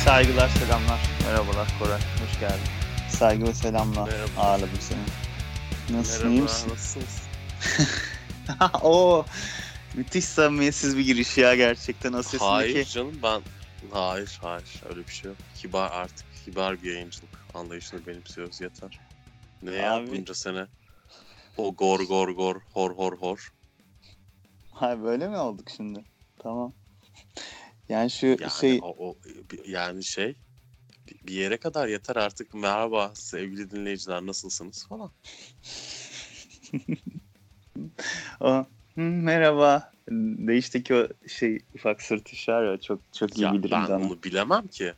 Saygılar, selamlar. Merhabalar Koray, hoş geldin. Saygı ve selamla Merhaba. ağırladım seni. Nasılsın, iyi Merhaba, misin? nasılsınız? Oo, müthiş samimiyetsiz bir giriş ya gerçekten. O Hayır sesindeki... canım Hayır öyle bir şey yok. Kibar bir yayıncılık anlayışını benimsiyoruz yeter. Ne ya Abi, bunca sene? O gor gor gor hor hor hor. hay böyle mi olduk şimdi? Tamam. Yani Yani yani bir yere kadar yeter artık. Merhaba sevgili dinleyiciler nasılsınız falan. o merhaba. Değişteki o ufak sırtış var ya çok çok iyi Ya bilirim ben sana. onu bilemem ki.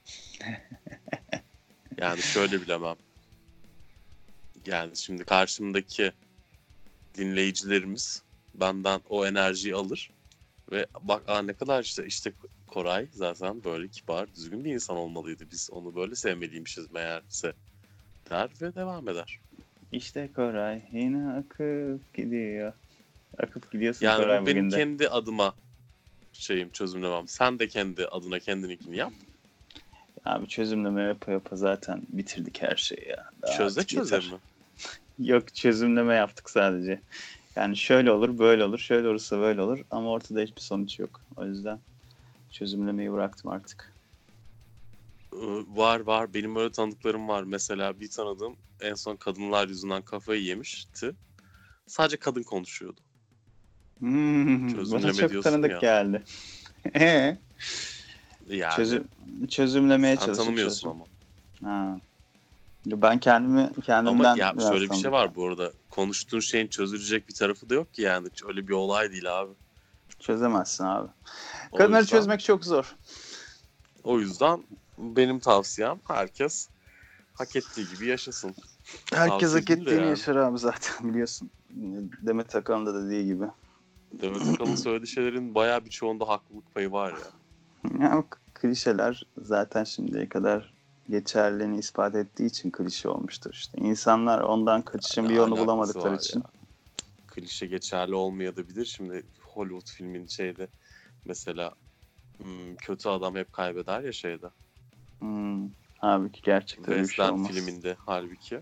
Yani şöyle bilemem. Yani şimdi karşımdaki dinleyicilerimiz benden o enerjiyi alır. Ve bak ne kadar işte Koray zaten böyle kibar, düzgün bir insan olmalıydı. Biz onu böyle sevmeliymişiz meğerse der ve devam eder. İşte Koray yine akıp gidiyor. Akıp gidiyorsun Yani Koray bu benim bugün de. kendi adıma çözümlemem. Sen de kendi adına kendininkini yap. Abi çözümleme yapa yapa zaten bitirdik her şeyi ya. Daha Çöze artık çöze yeter. mi? Yok çözümleme yaptık sadece. Yani şöyle olur, böyle olur, şöyle olursa böyle olur ama ortada hiçbir sonuç yok. O yüzden çözümlemeyi bıraktım artık. Var. Benim öyle tanıdıklarım var. Mesela bir tanıdığım en son kadınlar yüzünden kafayı yemişti. Sadece kadın konuşuyordu. Bana Çözümleme çok diyorsun tanıdık ya. geldi. Ee, Yani çözüm, çözümlemeye sen çalışıp tanımıyorsun çözüm. ama. Ha. Ben kendimi Ama kendimden ya biraz şöyle bir şey tanıdık var geldim. bu arada. Konuştuğun şeyin çözülecek bir tarafı da yok ki yani. Öyle bir olay değil abi. Çözemezsin abi. O Kadınları yüzden çözmek çok zor. o yüzden benim tavsiyem herkes hak ettiği gibi yaşasın. Herkes Tavsiye hak değil de ettiğini yani. yaşar abi zaten biliyorsun. Demet Akalın da dediği gibi. Demet Akalın söylediği şeylerin bayağı bir çoğunda haklılık payı var ya. Yani klişeler zaten şimdiye kadar geçerliliğini ispat ettiği için klişe olmuştur işte. İnsanlar ondan kaçışın Ne bir yolunu alakası bulamadıkları var ya. için. Klişe geçerli olmayabilir. Şimdi Hollywood filmin mesela kötü adam hep kaybeder ya şeyde. Halbuki gerçekten öyle bir şey Western olmaz. filminde halbuki.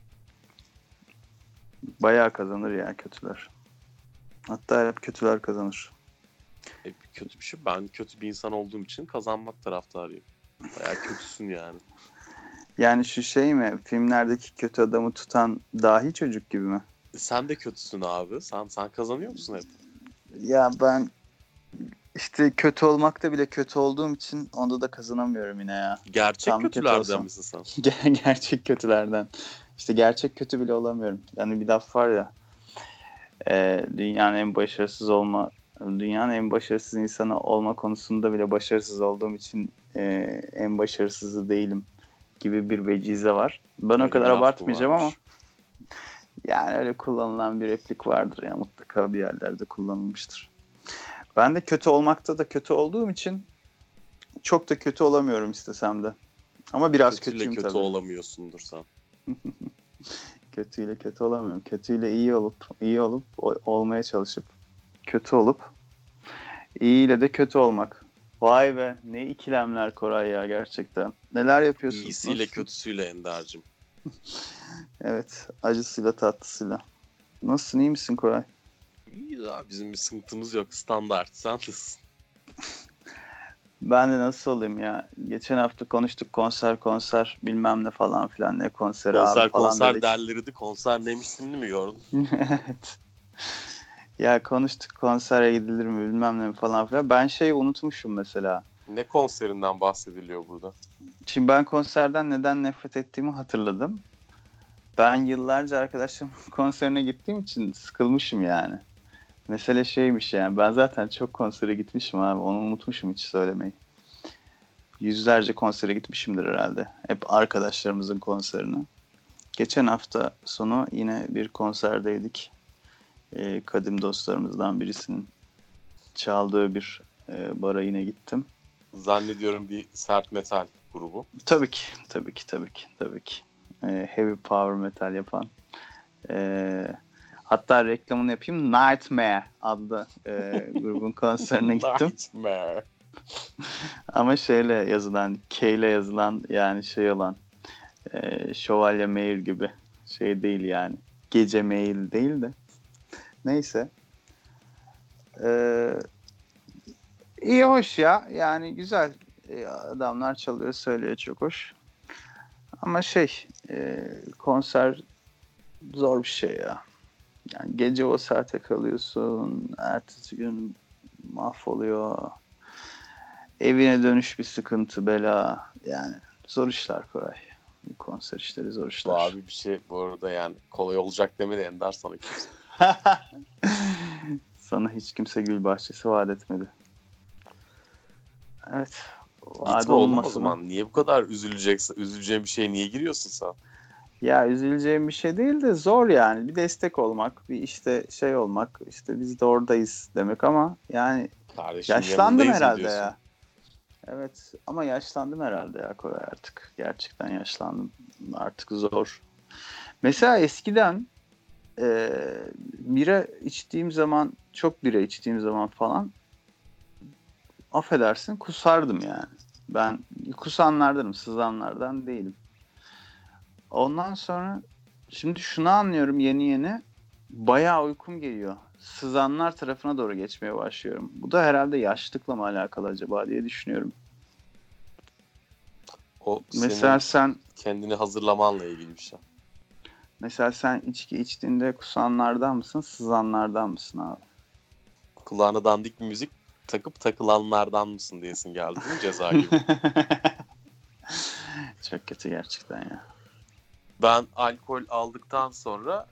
Bayağı kazanır ya kötüler. Hatta hep kötüler kazanır. Kötü bir şey. Ben kötü bir insan olduğum için kazanmak taraftarıyım. Bayağı kötüsün yani. Yani şu şey mi? Filmlerdeki kötü adamı tutan dahi çocuk gibi mi? Sen de kötüsün abi. Sen kazanıyor musun hep? Ya ben işte kötü olmakta bile kötü olduğum için onda da kazanamıyorum yine ya. Gerçek Tam kötü kötülerden olsam. misin sen? Gerçek kötülerden. İşte gerçek kötü bile olamıyorum. Yani bir laf var ya. Dünyanın en başarısız insanı olma konusunda bile başarısız olduğum için en başarısızı değilim gibi bir vecize var. Ben o Öyle bir kadar laf mı abartmayacağım ama varmış? yani öyle kullanılan bir replik vardır ya mutlaka bir yerlerde kullanılmıştır. Ben de kötü olmakta da kötü olduğum için çok da kötü olamıyorum istesem de. Ama biraz Kötüyle kötüyüm kötü tabii. olamıyorsundur sen. Kötüyle kötü olamıyorum. Kötüyle iyi olup olmaya çalışıp kötü olup iyiyle de kötü olmak. Vay be ne ikilemler Koray ya gerçekten. Neler yapıyorsun? İyisiyle Nasılsın? kötüsüyle Ender'cim. Evet acısıyla tatlısıyla. Nasılsın iyi misin Koray? İyi ya bizim bir sıkıntımız yok. Standart. Sen nasılsın? Ben de nasıl olayım ya? Geçen hafta konuştuk konser bilmem ne falan filan ne konseri abi falan Konser dedik. derlerdi. Konser demişsin mi gördün? Evet. Ya konuştuk konsere gidilir mi bilmem ne falan filan. Ben unutmuşum mesela. Ne konserinden bahsediliyor burada? Şimdi ben konserden neden nefret ettiğimi hatırladım. Ben yıllarca arkadaşlarımın konserine gittiğim için sıkılmışım yani. Mesele şeymiş yani. Ben zaten çok konsere gitmişim abi. Onu unutmuşum hiç söylemeyi. Yüzlerce konsere gitmişimdir herhalde. Hep arkadaşlarımızın konserine. Geçen hafta sonu yine bir konserdeydik. Kadim dostlarımızdan birisinin çaldığı bir bara yine gittim. Zannediyorum bir sert metal grubu. Tabii ki. Heavy power metal yapan. Hatta reklamını yapayım. Nightmare adlı grubun konserine gittim. Nightmare. Ama şeyle yazılan, K ile yazılan yani şey olan Şövalye Mail gibi şey değil yani. Gece mail değil de. Neyse. Ee, iyi hoş ya. Yani güzel. Adamlar çalıyor söylüyor çok hoş. Ama konser zor bir şey ya. Yani gece o saate kalıyorsun. Ertesi gün mahvoluyor. Evine dönüş bir sıkıntı bela. Yani zor işler Koray. Konser işleri zor Bu işler. abi bir şey bu arada yani kolay olacak demedi Ender sana kimse. Sana hiç kimse gül bahçesi vaat etmedi. Evet. Vaat Gitme oğlum o olunması da. zaman. Niye bu kadar üzüleceksin? Üzüleceğin bir şeye niye giriyorsun sen? Ya üzüleceğim bir şey değil de zor yani. Bir destek olmak, bir işte şey olmak, işte biz de oradayız demek ama yani Kardeşim yaşlandım yanındayız mı herhalde diyorsun? ya. Evet ama yaşlandım herhalde ya Koray artık. Gerçekten yaşlandım. Artık zor. Mesela eskiden bira içtiğim zaman, çok bira içtiğim zaman falan affedersin kusardım yani. Ben kusanlardanım, sızanlardan değilim. Ondan sonra şimdi şunu anlıyorum yeni. Bayağı uykum geliyor. Sızanlar tarafına doğru geçmeye başlıyorum. Bu da herhalde yaşlılıkla mı alakalı acaba diye düşünüyorum. O Mesela senin sen kendini hazırlamanla ilgili bir şey. mesela sen içki içtiğinde kusanlardan mısın, sızanlardan mısın abi? Kulağına dandik bir müzik takıp takılanlardan mısın diyesin geldi değil mi Ceza gibi? Çok kötü gerçekten ya. Ben alkol aldıktan sonra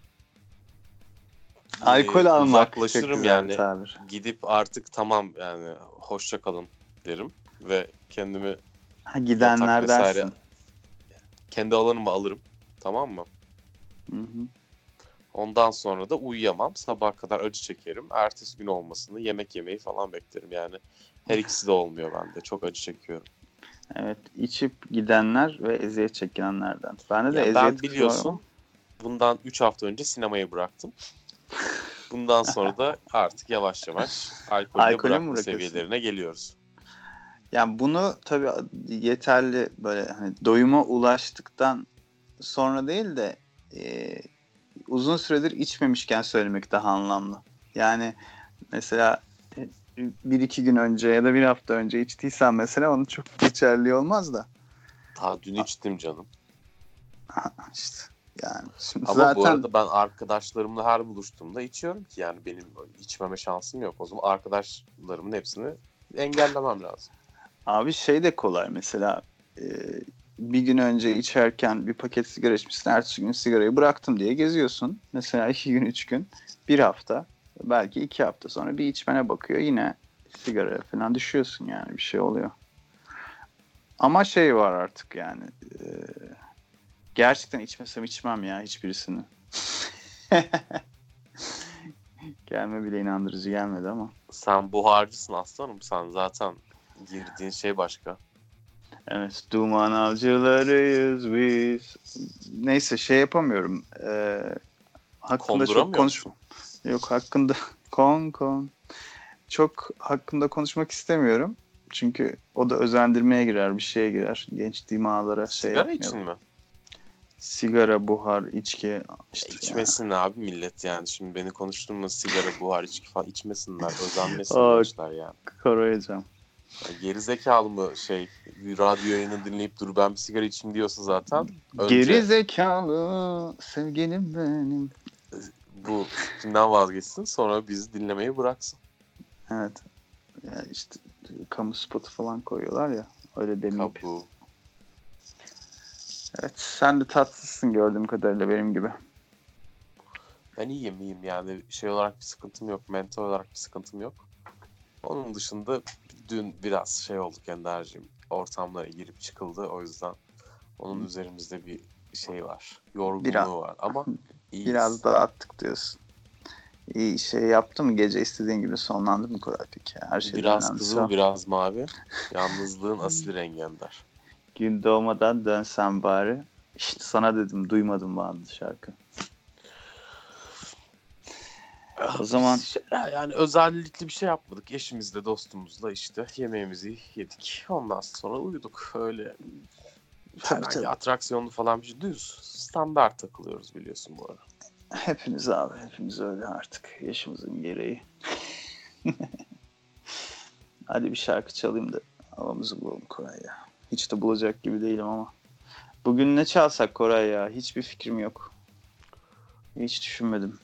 Alkol almak çok uzaklaşırım güzel bir yani. tabir. Gidip artık tamam yani hoşça kalın derim. Ve kendimi Ha, yatak gidenler vesaire dersin. kendi alanıma alırım. Tamam mı? Hı hı. Ondan sonra da uyuyamam. Sabaha kadar acı çekerim. Ertesi gün olmasını yemek yemeyi falan beklerim. Yani her ikisi de olmuyor bende. Çok acı çekiyorum. Evet, içip gidenler ve eziyet çekenlerden. Bende de Yani eziyet ben kısmı var ama. biliyorsun bundan 3 hafta önce sinemayı bıraktım. Bundan sonra da artık yavaş yavaş alkolü de Alkolü mü bırakma bırakıyorsun? seviyelerine geliyoruz. Yani bunu tabii yeterli böyle hani doyuma ulaştıktan sonra değil de e, uzun süredir içmemişken söylemek daha anlamlı. Yani mesela bir iki gün önce ya da bir hafta önce içtiysen mesela onun çok geçerli olmaz da. Daha dün içtim canım. İşte yani şimdi Ama bu zaten arada ben arkadaşlarımla her buluştuğumda içiyorum ki yani benim içmeme şansım yok. O zaman arkadaşlarımın hepsini engellemem lazım. abi şey de kolay mesela e, bir gün önce içerken bir paket sigara içmişsin ertesi gün sigarayı bıraktım diye geziyorsun. Mesela 2 gün 3 gün bir hafta belki 2 hafta sonra bir içmene bakıyor yine sigara falan düşüyorsun yani bir şey oluyor. Ama şey var artık yani gerçekten içmesem içmem ya hiçbirisini. Gelme bile inandırıcı gelmedi ama. Sen buharcısın aslanım. Sen zaten girdiğin şey başka. Evet, duman avcılarıyız biz. Neyse şey yapamıyorum. Hakkında çok Konduramıyor konuş. musun? Yok hakkında kon. Çok hakkında konuşmak istemiyorum. Çünkü o da özendirmeye girer, bir şeye girer. Genç dimağlara şey Sigara için yapmayalım. mi? Sigara, buhar, içki işte yani. İçmesin abi millet yani. Şimdi beni konuşturma sigara, buhar, içki falan içmesinler. Özenmesin Aa, gençler yani. koruyacağım. Yani geri zekalı mı bir radyo yayını dinleyip dur ben bir sigara içeyim diyorsa zaten Geri önce zekalı sevgilim benim. bu fikrinden vazgeçsin sonra bizi dinlemeyi bıraksın. Evet. Yani işte kamu spotu falan koyuyorlar ya. Öyle demeyip. Kabu. Evet, sen de tatlısın gördüğüm kadarıyla benim gibi. Ben iyiyim yani şey olarak bir sıkıntım yok. Mental olarak bir sıkıntım yok. Onun dışında dün biraz şey olduk Ender'cim. Ortamlara girip çıkıldı. O yüzden onun üzerimizde bir şey var. Biraz, Yorgunluğu var ama biraz iyiyiz. daha attık diyorsun. İyi şey yaptın mı? Gece istediğin gibi sonlandı mı Koray peki? Her şeyden Biraz önemlisi kızıl o. biraz mavi. Yalnızlığın asil rengi Ender. Gün doğmadan dönsen bari. İşte sana dedim duymadım bazı şarkı. O zaman Yani özellikle bir şey yapmadık. Eşimizle, dostumuzla işte yemeğimizi yedik. Ondan sonra uyuduk. Öyle herhangi atraksiyonlu falan bir şey. Düz standart takılıyoruz biliyorsun bu ara. hepimiz abi, hepimiz öyle artık. Yaşımızın gereği. Hadi bir şarkı çalayım da havamızı bulalım Koray ya. Hiç de bulacak gibi değilim ama. Bugün ne çalsak Koray ya? Hiçbir fikrim yok. Hiç düşünmedim.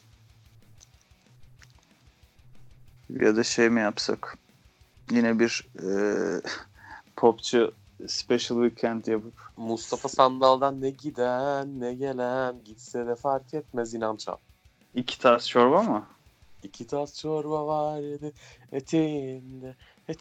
Ya da şey mi yapsak? Yine bir popçu Special Weekend yapıp. Mustafa Sandal'dan ne giden ne gelen gitse de fark etmez inan çal. 2 tas çorba mı? 2 tas çorba vardı eteğinde.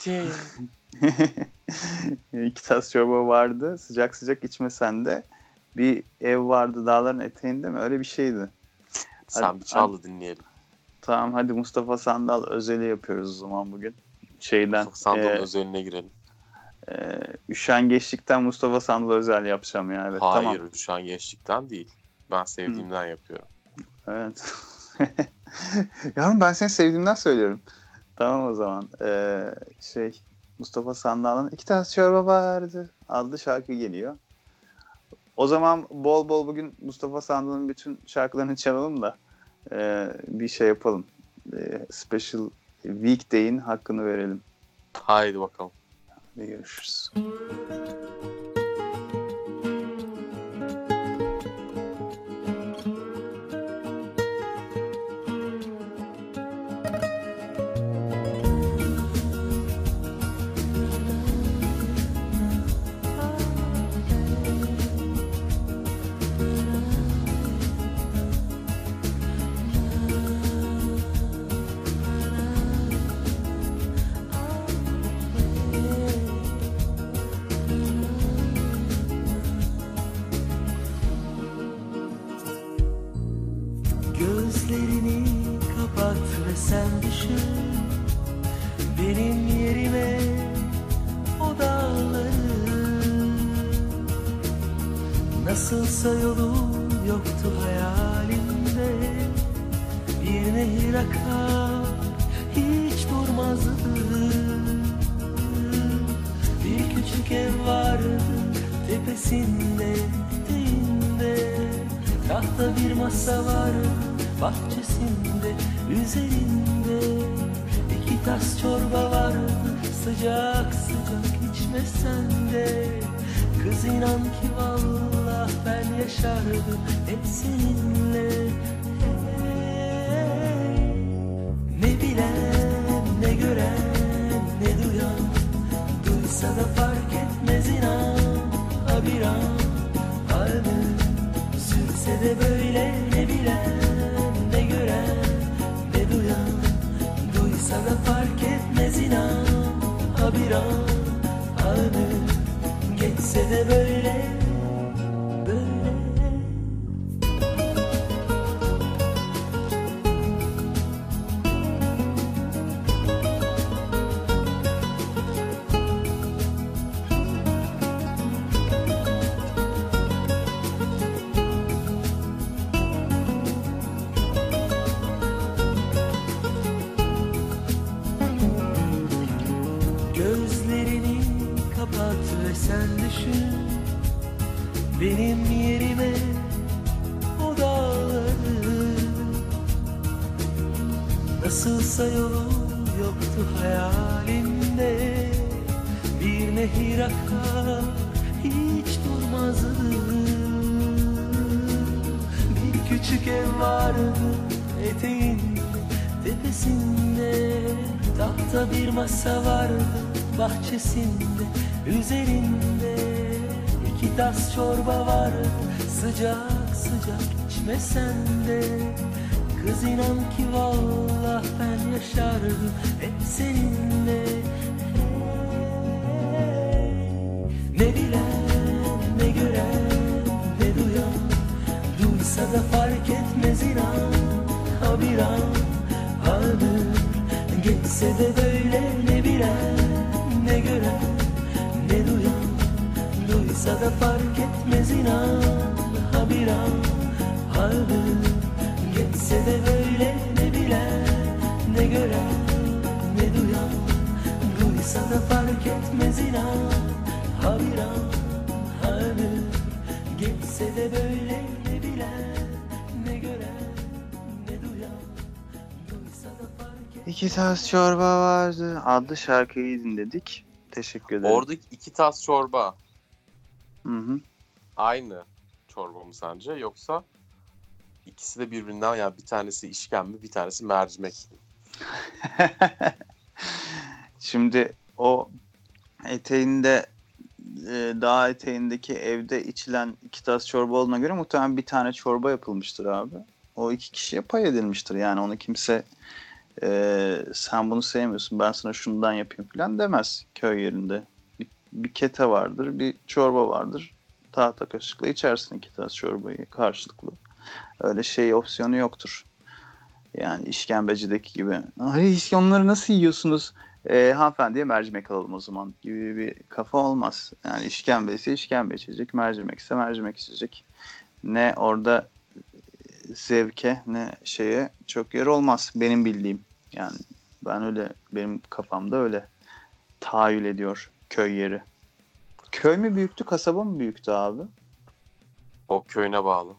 2 tas çorba vardı. Sıcak sıcak içmesen de bir ev vardı dağların eteğinde mi? Öyle bir şeydi. Sen bir çal dinleyelim. Tamam hadi Mustafa Sandal özeli yapıyoruz o zaman bugün. Mustafa Sandal'ın özeline girelim. Üşengeçlikten Mustafa Sandal özel yapacağım yani. Evet, hayır tamam. Üşengeçlikten değil. Ben sevdiğimden yapıyorum. Evet. Yavrum ben seni sevdiğimden söylüyorum. Tamam o zaman. Mustafa Sandal'ın 2 tas çorba vardı adlı şarkı geliyor. O zaman bol bol bugün Mustafa Sandal'ın bütün şarkılarını çalalım da bir şey yapalım. Special Weekday'in hakkını verelim. Haydi bakalım. Hadi görüşürüz. Gözlerini kapat ve sen düşün benim yerime o dağları. Nasılsa yolu yoktu hayalimde, bir nehir akar hiç durmazdı. Bir küçük ev vardı tepesinde, eteğinde tahta bir masa vardı bahçesinde, üzerinde 2 tas çorba vardı sıcak sıcak içmesen de. Kız inan ki vallah ben yaşardım hep seninle. Hey, ne bilen ne gören ne duyan, duysa da fark etmez inan. Bir an kalbim sürse de böyle, ne bilen ne gören ne duyan, duysa da fark etmez inan. Bir an kalbim geçse de böyle böyle. Gözlerini kapat ve sen düşün benim yerime o dağları. Nasılsa yolu yoktu hayalimde, bir nehir akar hiç durmazdı. Bir küçük ev vardı eteğinde, tepesinde tahta bir masa vardı bahçesinde, üzerinde 2 tas çorba vardı sıcak sıcak içmesen de. Kız inan ki vallah ben yaşardım hep seninle. Hey, ne bilen ne gören ne duyan, duysa da fark etmez inan. Bir an kalbim geçse de böyle, ne bilen ne gören ne duyan, duysa da fark etmez inan. Bir an kalbim geçse de böyle, ne bilen bilen, ne gören, ne duyan, duysa da fark etmez inan. Habiran, haber, geçse de böyle, ne bilen, ne gören, ne duyan, duysa da fark etmez. İki tas çorba vardı adlı şarkıyı dinledik. Teşekkür ederim. Oradaki 2 tas çorba Hı hı. aynı çorba mı sence? Yoksa ikisi de birbirinden, yani bir tanesi işkembe, bir tanesi mercimek. Şimdi o eteğinde dağ eteğindeki evde içilen 2 tas çorba olduğuna göre muhtemelen bir tane çorba yapılmıştır abi. O 2 kişiye pay edilmiştir. Yani onu kimse sen bunu sevmiyorsun ben sana şundan yapayım falan demez köy yerinde. Bir kete vardır, bir çorba vardır. Tahta kaşıkla içersin 2 tas çorbayı karşılıklı. Öyle şey opsiyonu yoktur. Yani işkembecideki gibi. Ay onları nasıl yiyorsunuz? Hanımefendiye mercimek alalım o zaman gibi bir kafa olmaz. Yani işkembe ise işkembe içecek, mercimek ise mercimek içecek. Ne orada zevke ne şeye çok yer olmaz benim bildiğim. Yani ben öyle, benim kafamda öyle tahayyül ediyor köy yeri. Köy mü büyüktü, kasaba mı büyüktü abi? O köyüne bağlı.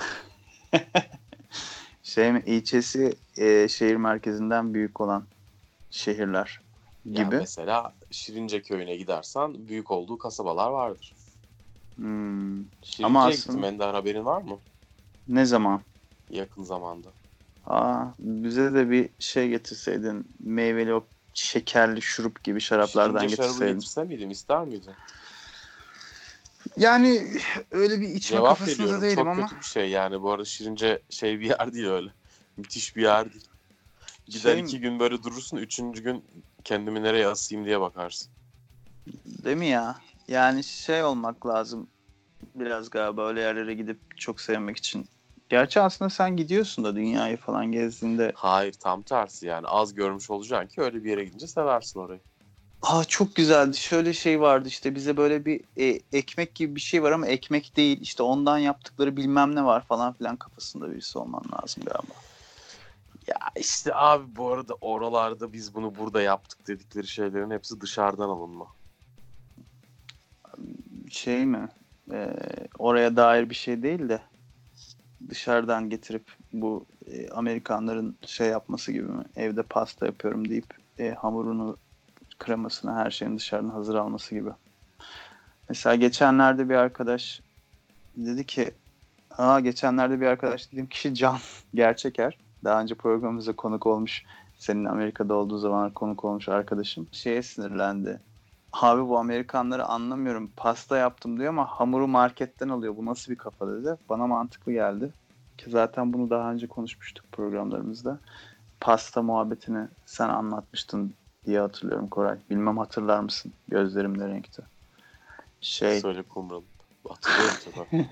Şey mi, ilçesi şehir merkezinden büyük olan şehirler Yani gibi. mesela Şirince köyüne gidersen büyük olduğu kasabalar vardır. Hmm. Şirince'ye Ama gittim aslında Ender, haberin var mı? ne zaman? Yakın zamanda. Bize de bir şey getirseydin. Meyveli o şekerli şurup gibi şaraplardan Şirince şarabı getirseydin. getirse miydim, ister miydin? Yani öyle bir içme Cevap kafasında veriyorum. değilim Çok ama. kötü bir şey yani. Bu arada Şirince şey bir yer değil öyle. Müthiş bir yer değil. Gider Şey, 2 gün böyle durursun. 3. gün kendimi nereye asayım diye bakarsın. değil mi ya? Yani şey olmak lazım biraz galiba öyle yerlere gidip çok sevmek için. Gerçi aslında sen gidiyorsun da dünyayı falan gezdiğinde. Hayır, tam tersi yani. Az görmüş olacaksın ki öyle bir yere gidince seversin orayı. Çok güzeldi. Şöyle şey vardı işte bize böyle bir ekmek gibi bir şey var ama ekmek değil. İşte ondan yaptıkları bilmem ne var falan filan kafasında birisi olman lazım galiba. Ya işte abi, bu arada oralarda biz bunu burada yaptık dedikleri şeylerin hepsi dışarıdan alınma. Şey mi? Oraya dair bir şey değil de dışarıdan getirip bu Amerikanların şey yapması gibi mi? Evde pasta yapıyorum deyip hamurunu, kremasını, her şeyini dışarıdan hazır alması gibi. Mesela geçenlerde bir arkadaş dedi ki geçenlerde bir arkadaş dediğim kişi Can Gerçeker. Daha önce programımıza konuk olmuş, senin Amerika'da olduğu zaman konuk olmuş arkadaşım. Şeye sinirlendi. Abi bu Amerikanları anlamıyorum. Pasta yaptım diyor ama hamuru marketten alıyor. Bu nasıl bir kafa dedi. Bana mantıklı geldi. Ki zaten bunu daha önce konuşmuştuk programlarımızda. Pasta muhabbetini sen anlatmıştın diye hatırlıyorum Koray. Bilmem hatırlar mısın? Gözlerim ne renkte? Söyle kumralım. Hatırlıyorum tabii.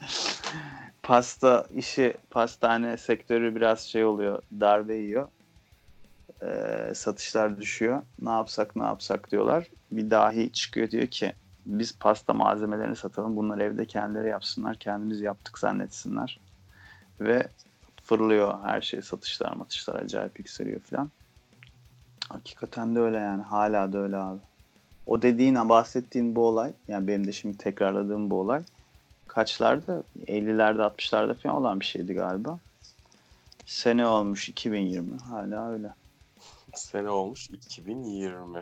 Pasta işi, pastane sektörü biraz şey oluyor. Darbe yiyor. Satışlar düşüyor. Ne yapsak diyorlar. Bir dahi çıkıyor diyor ki biz pasta malzemelerini satalım. Bunları evde kendileri yapsınlar. Kendimiz yaptık zannetsinler. Ve fırlıyor her şey. Satışlar acayip yükseliyor falan. Hakikaten de öyle yani. Hala da öyle abi. O dediğin, bahsettiğin bu olay, yani benim de şimdi tekrarladığım bu olay kaçlarda? 50'lerde 60'larda falan olan bir şeydi galiba. Sene olmuş 2020. Hala öyle. Sene olmuş 2020.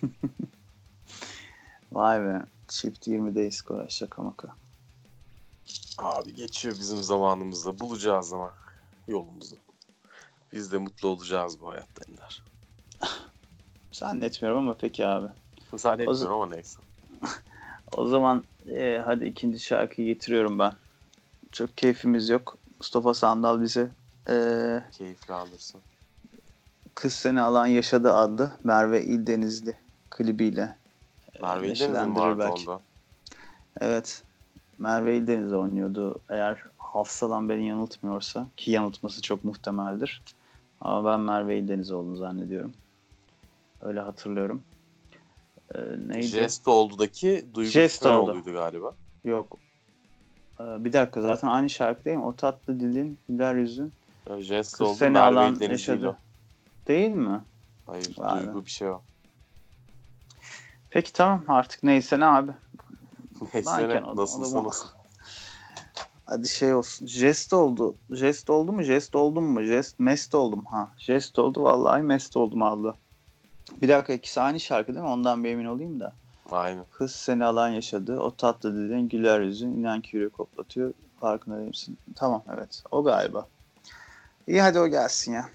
Vay be. Çift 20'deyiz Koray, şaka maka. Abi geçiyor bizim zamanımızda. Bulacağız ama yolumuzu. Biz de mutlu olacağız bu hayatta Ender. Zannetmiyorum ama peki abi. Zannetmiyorum ama neyse. O zaman hadi ikinci şarkıyı getiriyorum ben. Çok keyfimiz yok. Mustafa Sandal bize Keyifli alırsın. Kız Seni Alan Yaşadı adlı Merve İldenizli klibiyle Merve İldeniz'in neşelendirir vardı belki. onda. Evet. Merve İldeniz oynuyordu. Eğer hafızadan beni yanıltmıyorsa, ki yanıltması çok muhtemeldir. Ama ben Merve İldeniz olduğunu zannediyorum. Öyle hatırlıyorum. Neydi? Jest oldu'daki Duygu Jest Süperoğlu'ydu galiba. Yok. Bir dakika, zaten aynı şarkı değil mi? O tatlı dilin, güler yüzün. Jest Kız oldu. seni Merve alan Deniz değil yaşadı. o. Değil mi? Hayır, Vay be. Duygu bir şey o. Peki tamam artık neyse ne abi. Neyse ne, Manken o da nasılsa nasıl. Hadi şey olsun. Jest oldu. Jest oldu mu? Jest oldum mu? Jest mest oldum. Ha. Jest oldu vallahi mest oldum abla. Bir dakika ikisi aynı şarkı değil mi? Ondan bir emin olayım da. Aynen. Kız seni alan yaşadı. O tatlı dilin güler yüzün. İnan ki yürek hoplatıyor. Farkında değil misin? Tamam evet. O galiba. İyi hadi o gelsin ya.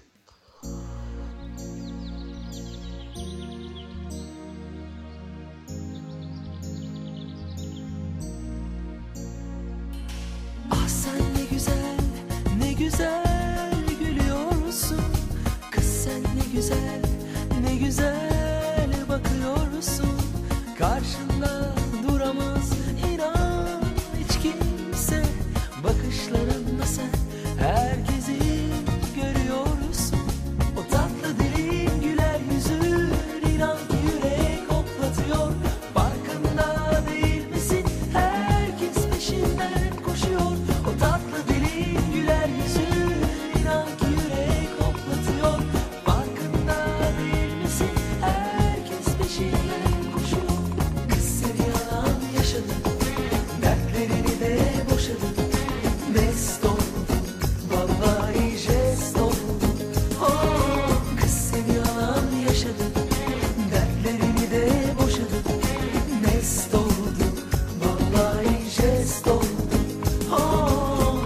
Ah sen ne güzel, ne güzel gülüyorsun. Kız sen ne güzel, ne güzel bakıyorsun. Karşında duramaz inan hiç kimse. Bakışlarınla sen herkesi görüyorsun. O tatlı dilin güler yüzün inan ki yürek hoplatıyor. Farkında değil misin? Herkes peşinden koşuyor. O tatlı dilin güler yüzün inan ki yürek hoplatıyor. Farkında değil misin? Herkes peşinden koşuyor. Kız seni yalan yaşadı, dertlerini de boşadı. Mest oldu, vallahi jest oldu. Oh, kız seni yalan yaşadı, dertlerini de boşadı. Mest oldu, vallahi jest oldu. Oh.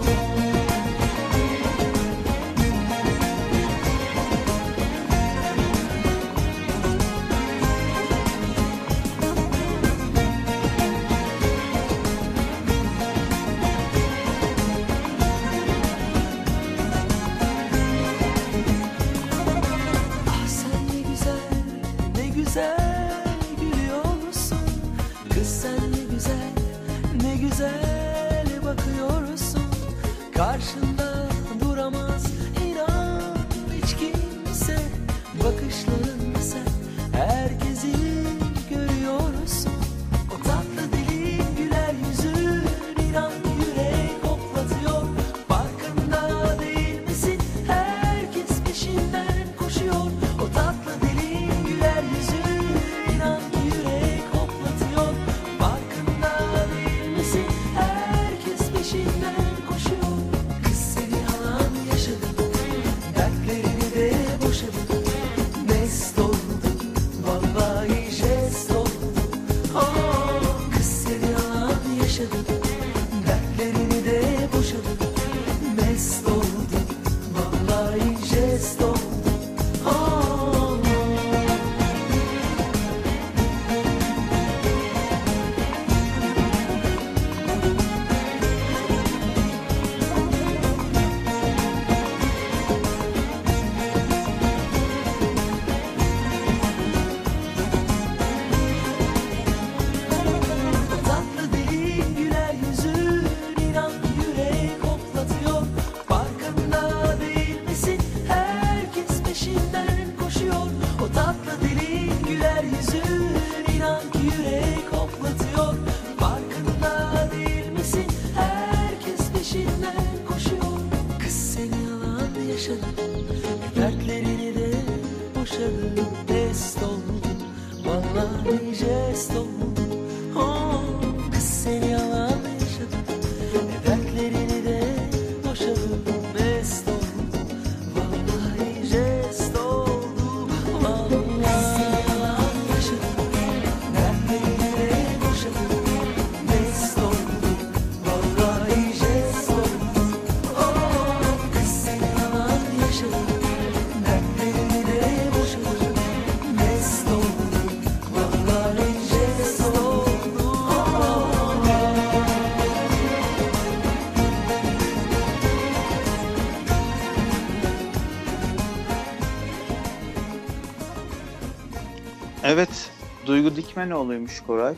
Ah sen ne güzel, ne güzel gülüyorsun. Kız sen ne güzel, ne güzel bakıyorsun. Karşında duramaz inan hiç kimse. Bakışlarınla sen herkesi görüyorsun. O tatlı dilin güler yüzün inan ki yürek hoplatıyor. Farkında değil misin? Herkes peşinden koşuyor. O tatlı dilin güler yüzün inan ki yürek hoplatıyor. Farkında değil misin? Herkes peşinden koşuyor. Kız seni yalan yaşadı, dertlerini de boşadı. Mest oldu, vallahi jest oldu. Oh, kız seni yalan yaşadı, dertlerini de boşadı. Mest oldu, vallahi jest oldu. Oh. O tatlı dilin güler yüzün inan ki yürek hoplatıyor. Farkında değil misin? Herkes peşinden koşuyor. O tatlı dilin güler yüzün inan ki yürek hoplatıyor. Farkında değil misin? Herkes peşinden koşuyor. Kız seni yalan yaşadı, dertlerini de boşadı. Mest oldu, vallahi jest oldu. Oh, kız seni yalan yaşadı, dertlerini de boşadı. Mest oldu, vallahi jest oldu. Vallahi seni yalan yaşadı, dertlerini de boşadı. Mest oldu, vallahi jest oldu. Oh, kız seni yalan yaşadı, dertlerini de boşadı. Mest oldu, vallahi jest oldu. Evet. Duygu Dikmenoğlu'ymuş Koray.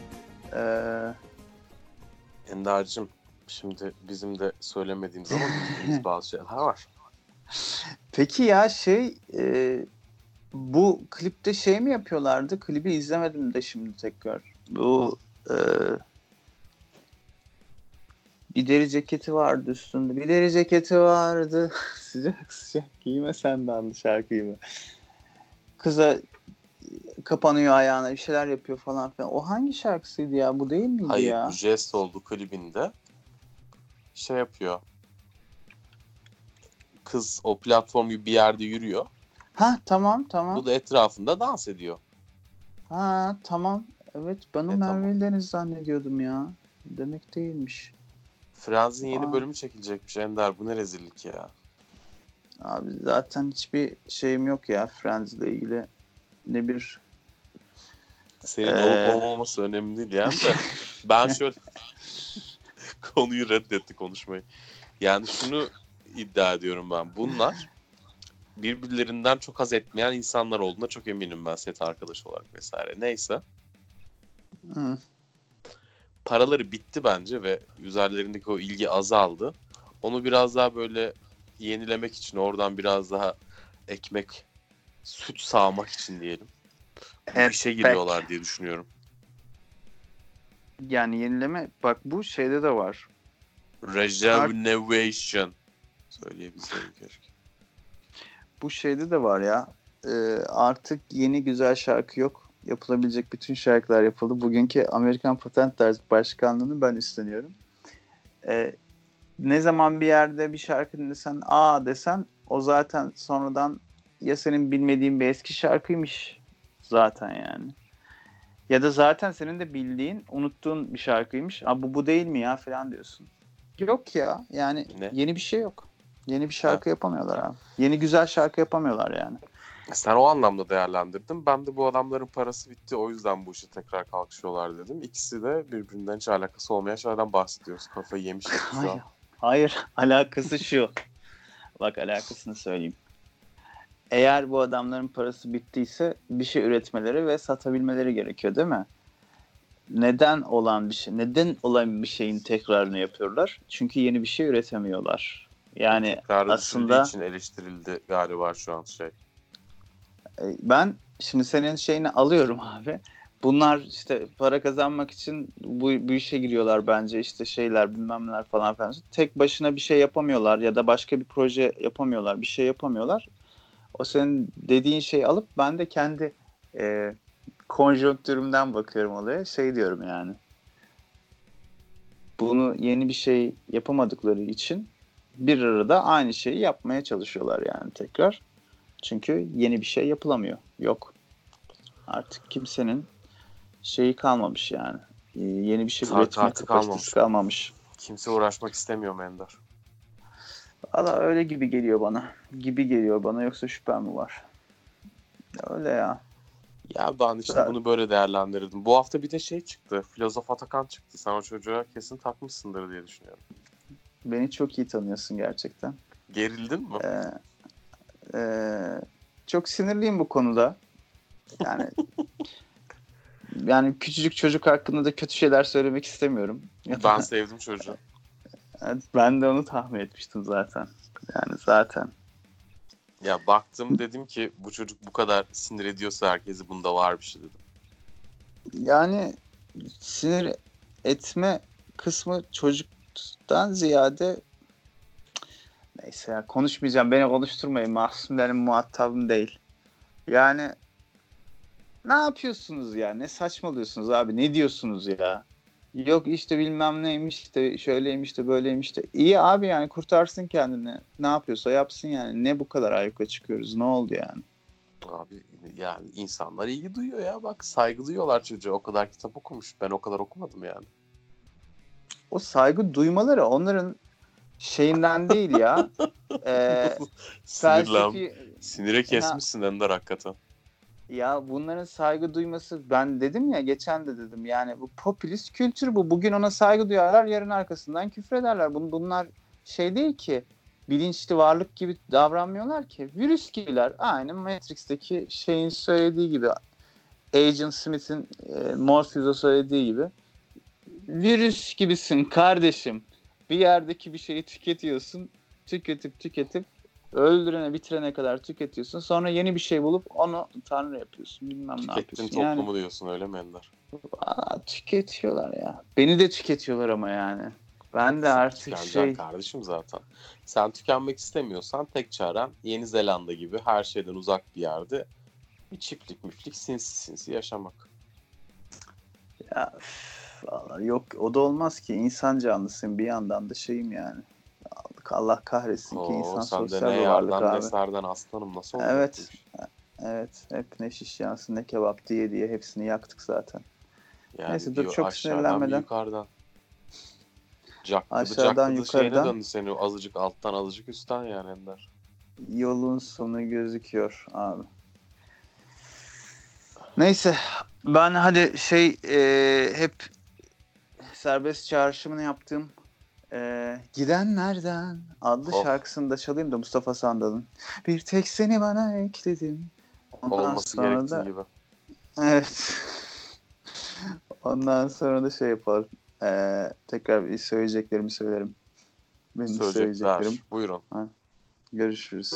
Ender'cim, şimdi bizim de söylemediğimiz ama bildiğimiz bazı şeyler var. Peki ya bu klipte şey mi yapıyorlardı? Klibi izlemedim de şimdi tekrar. Bu Bir deri ceketi vardı üstünde. Bir deri ceketi vardı. Sıcak sıcak giyme sen de adlı şarkıyı mı? Kıza kapanıyor ayağına bir şeyler yapıyor falan filan. O hangi şarkısıydı ya? Bu değil miydi Hayır, ya? bu Jest oldu klibinde. Şey yapıyor. Kız o platform gibi bir yerde yürüyor. Ha tamam. Bu da etrafında dans ediyor. Ha tamam. Evet ben o Tamam. Merve Deniz zannediyordum ya. Demek değilmiş. Friends'in yeni Aa. bölümü çekilecekmiş Ender. Bu ne rezillik ya. Abi zaten hiçbir şeyim yok ya Friends'le ilgili. Ne bir Senin olup olmaması önemli değil yani de. Ben şöyle konuyu reddetti konuşmayı. Yani şunu iddia ediyorum ben. Bunlar birbirlerinden çok haz etmeyen insanlar olduğuna çok eminim ben set arkadaş olarak vesaire. Neyse. Hı. Paraları bitti bence ve üzerlerindeki o ilgi azaldı. Onu biraz daha böyle yenilemek için oradan biraz daha ekmek, süt sağmak için diyelim. Bu işe giriyorlar diye düşünüyorum. Yani yenileme bak bu şeyde de var. Rejuvenation söyleyebilseydim keşke. Bu şeyde de var ya. Artık yeni güzel şarkı yok. Yapılabilecek bütün şarkılar yapıldı. Bugünkü Amerikan Patent Başkanlığı'nı ben üstleniyorum. Ne zaman bir yerde bir şarkı dinlesen desen o zaten sonradan ya senin bilmediğin bir eski şarkıymış zaten yani. Ya da zaten senin de bildiğin, unuttuğun bir şarkıymış. Bu değil mi ya falan diyorsun. Yok ya. Yani yeni bir şey yok. Yeni bir şarkı yapamıyorlar abi. Yeni güzel şarkı yapamıyorlar yani. Sen o anlamda değerlendirdin. Ben de bu adamların parası bitti. O yüzden bu işe tekrar kalkışıyorlar dedim. İkisi de birbirinden hiç alakası olmayan şeylerden bahsediyoruz. Kafayı yemiş şu an. Hayır. Alakası şu. Bak alakasını söyleyeyim. Eğer bu adamların parası bittiyse bir şey üretmeleri ve satabilmeleri gerekiyor değil mi? Neden olan bir şeyin tekrarını yapıyorlar? Çünkü yeni bir şey üretemiyorlar. Yani aslında için eleştirildi galiba şu an şey. Ben şimdi senin şeyini alıyorum abi. Bunlar işte para kazanmak için bu işe giriyorlar bence işte şeyler bilmem neler falan filan. Tek başına bir şey yapamıyorlar ya da başka bir proje yapamıyorlar, bir şey yapamıyorlar. O senin dediğin şeyi alıp ben de kendi konjonktürümden bakıyorum olaya. Şey diyorum yani. Bunu yeni bir şey yapamadıkları için bir arada aynı şeyi yapmaya çalışıyorlar yani tekrar. Çünkü yeni bir şey yapılamıyor. Yok. Artık kimsenin şeyi kalmamış yani. Yeni bir şey üretme kapasitesi kalmamış. Kimse uğraşmak istemiyor Ender. Valla öyle gibi geliyor bana. Yoksa şüphem mi var? Öyle ya. Ya ben işte bunu böyle değerlendirdim. Bu hafta bir de şey çıktı. Filozof Atakan çıktı. Sen o çocuğa kesin takmışsındır diye düşünüyorum. Beni çok iyi tanıyorsun gerçekten. Gerildin mi? Çok sinirliyim bu konuda. Yani küçücük çocuk hakkında da kötü şeyler söylemek istemiyorum. Ben sevdim çocuğu. Evet, ben de onu tahmin etmiştim zaten. Yani zaten. Ya baktım dedim ki bu çocuk bu kadar sinir ediyorsa herkesi bunda var bir şey dedim. Yani sinir etme kısmı çocuktan ziyade neyse ya konuşmayacağım. Beni konuşturmayın. Mahsun benim muhatabım değil. Yani ne yapıyorsunuz ya? Ne saçmalıyorsunuz abi? Ne diyorsunuz ya? Yok işte bilmem neymiş de şöyleymiş de böyleymiş de. İyi abi yani kurtarsın kendini. Ne yapıyorsa yapsın yani. Ne bu kadar ayyuka çıkıyoruz? Ne oldu yani? Abi yani insanlar ilgi duyuyor ya. Bak saygı duyuyorlar çocuğa. O kadar kitap okumuş. Ben o kadar okumadım yani. O saygı duymaları onların şeyinden değil ya. Sinire kesmişsin Ender hakikaten. Ya bunların saygı duyması ben dedim ya geçen de dedim yani bu popülist kültür bu. Bugün ona saygı duyarlar yarın arkasından küfrederler. Bunlar şey değil ki bilinçli varlık gibi davranmıyorlar ki. Virüs gibiler. Aynı Matrix'teki şeyin söylediği gibi Agent Smith'in Morpheus'a söylediği gibi virüs gibisin kardeşim. Bir yerdeki bir şeyi tüketip öldürene bitirene kadar tüketiyorsun. Sonra yeni bir şey bulup onu tanrı yapıyorsun. Bilmem ne yapıyorsun. Tükettin toplumu yani, diyorsun öyle mi Ender? Tüketiyorlar ya. Beni de tüketiyorlar ama yani. Ben de Sen artık tükeneceksin kardeşim zaten. Sen tükenmek istemiyorsan tek çaren Yeni Zelanda gibi her şeyden uzak bir yerde bir çiftlik müflik sinsi yaşamak. ya vallahi yok, o da olmaz ki, insan canlısın bir yandan da şeyim yani. Allah kahretsin ki insan Sen de sosyal ne bir varlık yardan ne abi. serden aslanım, nasıl olacak Evet. bu iş? Evet, hep ne şiş yansın ne kebap diye hepsini yaktık zaten. Yani Neyse, bir dur çok aşağıdan bir sinirlenmeden. yukarıdan. Cakkıdı Aşağıdan şeyine yukarıdan. döndü seni, azıcık alttan azıcık üstten yani Ender. Yolun sonu gözüküyor abi. Neyse, ben hadi hep serbest çağrışımını yaptığım Gidenlerden adlı Of. şarkısını da çalayım da Mustafa Sandal'ın. Bir tek seni bana ekledim. Ondan Olması sonra gerektiği da gibi. evet. Ondan sonra da şey yapalım. Tekrar bir söyleyeceklerimi söylerim. Benim söyleyeceklerim. Söyleyecekler. Buyurun. Görüşürüz.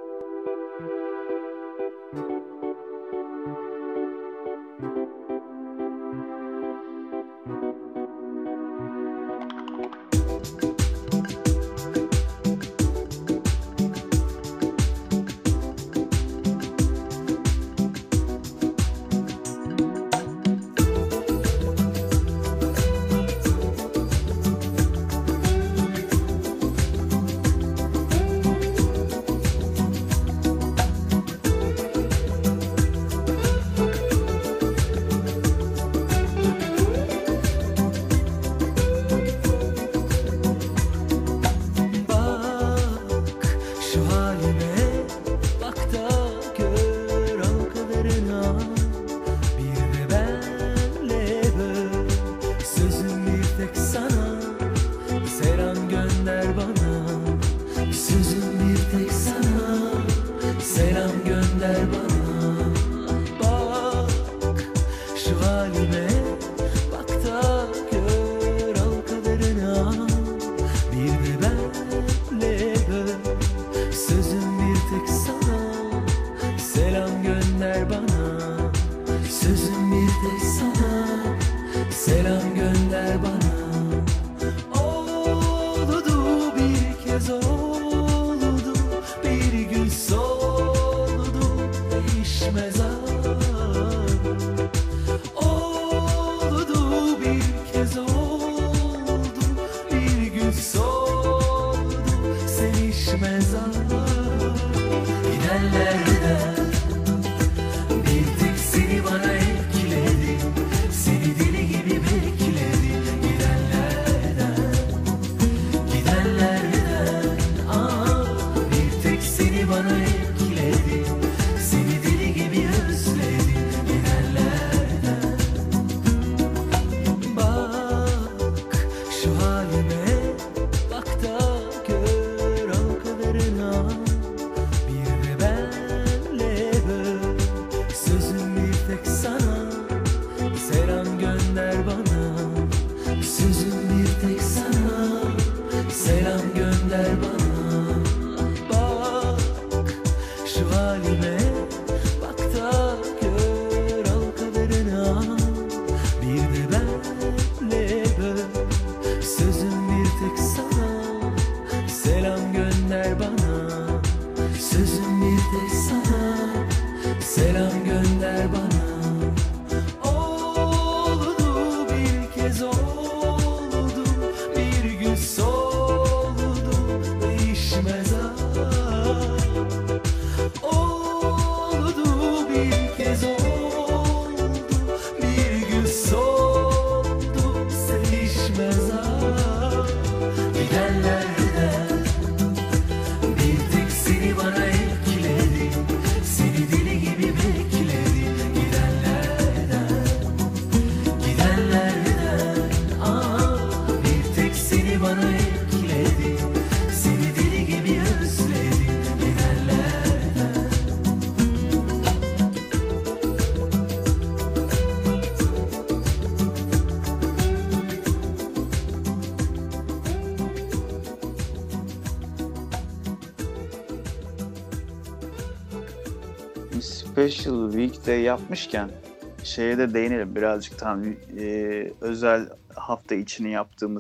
Special Week'te yapmışken şeye de değinelim birazcık, tam özel hafta içini yaptığımız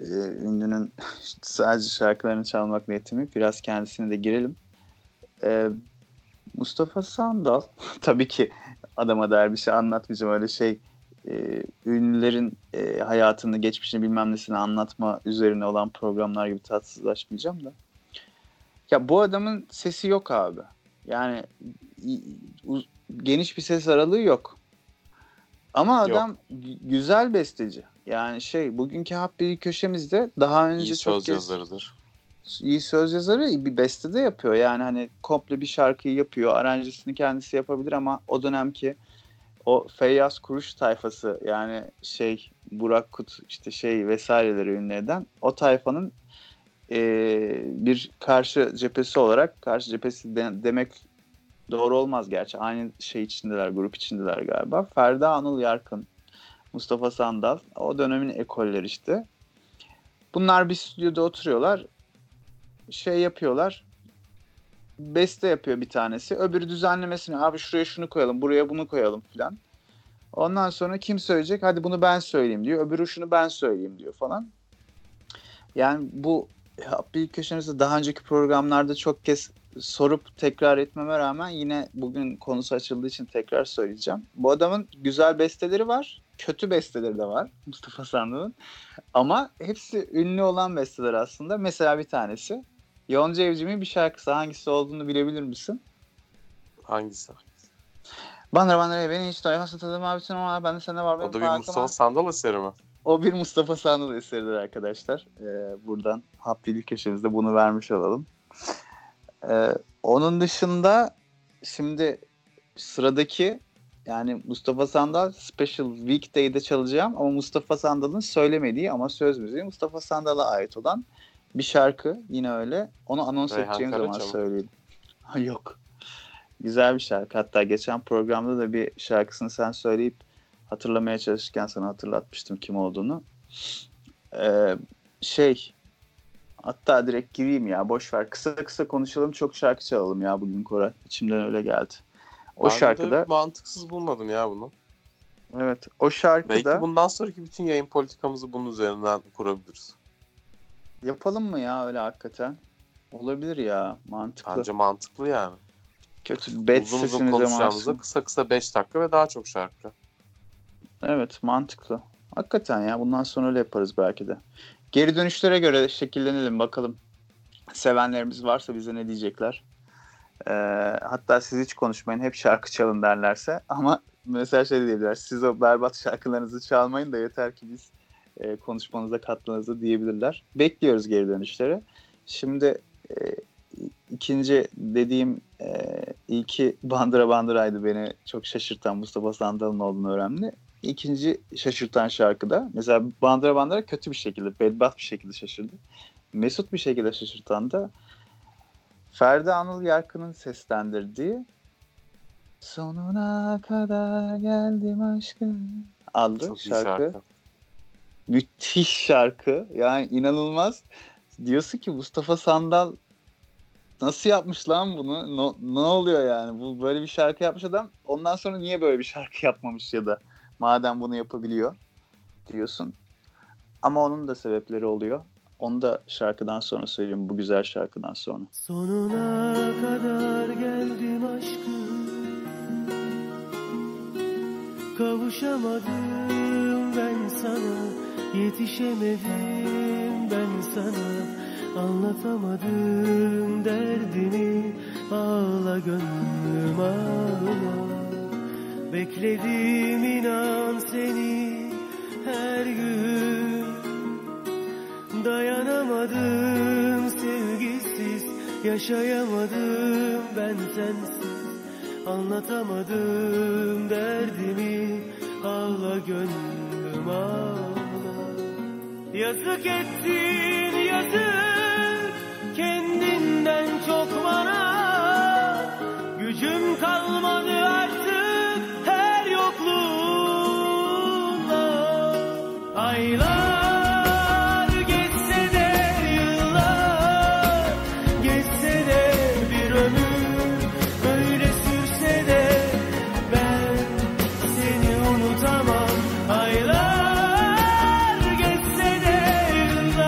ünlünün sadece şarkılarını çalmak niyetimi. Biraz kendisine de girelim. Mustafa Sandal tabii ki adama dair bir şey anlatmayacağım. Öyle şey ünlülerin hayatını, geçmişini bilmem nesini anlatma üzerine olan programlar gibi tatsızlaşmayacağım da. Ya bu adamın sesi yok abi. Yani geniş bir ses aralığı yok. Ama adam güzel besteci. Yani bugünkü Happy köşemizde daha önce İyi çok söz yazarıdır. İyi söz yazarı, bir beste de yapıyor. Yani hani komple bir şarkıyı yapıyor. Aranjesini kendisi yapabilir ama o dönemki o Feyyaz Kuruş tayfası, yani Burak Kut vesaireleri ünlü eden o tayfanın bir karşı cephesi olarak, karşı cephesi demek doğru olmaz gerçi. Aynı içindeler, grup içindeler galiba. Ferda Anıl Yarkın, Mustafa Sandal, o dönemin ekolleri işte. Bunlar bir stüdyoda oturuyorlar. Yapıyorlar. Beste yapıyor bir tanesi. Öbürü düzenlemesini, abi şuraya şunu koyalım, buraya bunu koyalım filan. Ondan sonra kim söyleyecek? Hadi bunu ben söyleyeyim diyor. Öbürü şunu ben söyleyeyim diyor falan. Yani bu bir köşemizde daha önceki programlarda çok kez sorup tekrar etmeme rağmen yine bugün konusu açıldığı için tekrar söyleyeceğim. Bu adamın güzel besteleri var. Kötü besteleri de var Mustafa Sandal'ın. Ama hepsi ünlü olan besteler aslında. Mesela bir tanesi. Yonca Evcimik'in bir şarkısı. Hangisi olduğunu bilebilir misin? Hangisi? Bandıra bandıra beni hiç doymasın tadım abi bütün ama ben de sende var. O da bir Mustafa Sandal eseri mi? O bir Mustafa Sandal eseridir arkadaşlar. Buradan Happy'lik köşemizde bunu vermiş olalım. Onun dışında şimdi sıradaki, yani Mustafa Sandal Special Weekday'de çalacağım ama Mustafa Sandal'ın söylemediği ama söz müziği Mustafa Sandal'a ait olan bir şarkı. Yine öyle. Onu anons edeceğim zaman söyleyeyim. Yok. Güzel bir şarkı. Hatta geçen programda da bir şarkısını sen söyleyip hatırlamaya çalışırken sana hatırlatmıştım kim olduğunu. Hatta direkt gireyim ya. Boş ver. Kısa kısa konuşalım. Çok şarkı çalalım ya bugün Koray. İçimden öyle geldi. O ben şarkıda mantıksız bulmadım ya bunu. Evet. O şarkıda belki bundan sonraki bütün yayın politikamızı bunun üzerinden kurabiliriz. Yapalım mı ya öyle hakikaten? Olabilir ya. Mantıklı. Bence mantıklı yani. Kötü bet uzun uzun sesimize konuşacağımızda mahsun. kısa kısa 5 dakika ve daha çok şarkı. Evet, mantıklı. Hakikaten ya, bundan sonra öyle yaparız belki de. Geri dönüşlere göre şekillenelim bakalım. Sevenlerimiz varsa bize ne diyecekler. Hatta siz hiç konuşmayın, hep şarkı çalın derlerse. Ama mesela diyebilirler. Siz o berbat şarkılarınızı çalmayın da yeter ki biz konuşmanıza katlanırız diyebilirler. Bekliyoruz geri dönüşleri. Şimdi ikinci dediğim ilki Bandıra Bandıra'ydı, beni çok şaşırtan, Mustafa Sandal'ın olduğunu öğrendi. İkinci şaşırtan şarkıda mesela Bandıra Bandıra kötü bir şekilde, bedbaht bir şekilde şaşırdı. Mesut bir şekilde şaşırtan da Ferdi Anıl Yarkın'ın seslendirdiği Sonuna Kadar Geldim Aşkım adlı çok şarkı. Müthiş şarkı. Yani inanılmaz. Diyorsun ki Mustafa Sandal nasıl yapmış lan bunu? Ne oluyor yani? Bu böyle bir şarkı yapmış adam. Ondan sonra niye böyle bir şarkı yapmamış ya da madem bunu yapabiliyor diyorsun. Ama onun da sebepleri oluyor. Onu da şarkıdan sonra söyleyeyim, bu güzel şarkıdan sonra. Sonuna kadar geldim aşkım, kavuşamadım ben sana, yetişemedim ben sana, anlatamadım derdimi, ağla gönlüm ağla. Bekledim inan seni her gün, dayanamadım sevgisiz, yaşayamadım ben sensiz, anlatamadım derdimi, ağla gönlüm ağla. Yazık ettin yazık, kendinden çok bana, gücüm kalmadı artık her yokluğunda. Aylar geçse de yıllar, geçse de bir ömür, böyle sürse de ben seni unutamam. Aylar geçse de yıllar,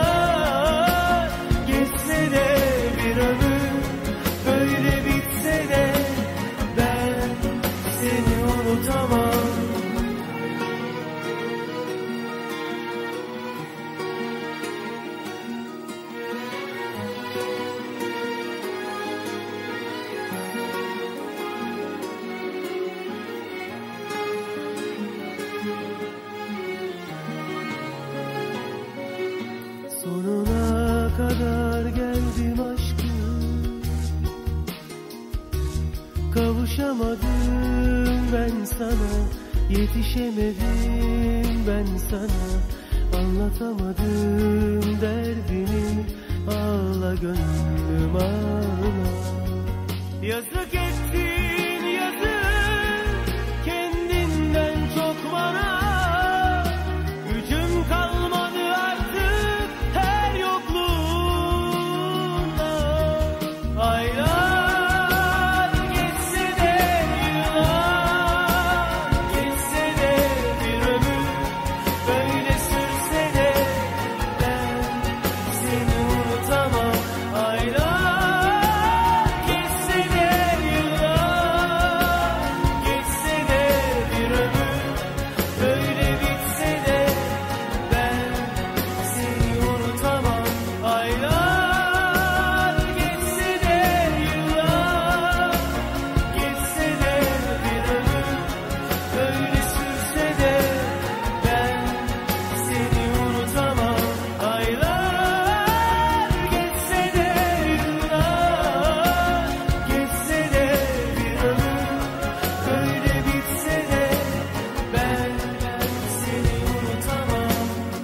Ulaşamadım ben sana, yetişemedim ben sana, anlatamadım derdimi, ağla gönlüm ağla. Yazık ettin yazık, kendinden çok bana, gücüm kalmadı artık her yokluğunda. Aylar geçse de yıllar, geçse de bir ömür, böyle sürse de ben seni unutamam. Aylar geçse de yıllar, geçse de bir ömür, böyle bitse de ben seni unutamam. Aylar geçse de yıllar, geçse de bir ömür, böyle sürse de ben seni unutamam. Aylar geçse de yıllar, geçse de bir ömür, böyle bitse de ben seni unutamam.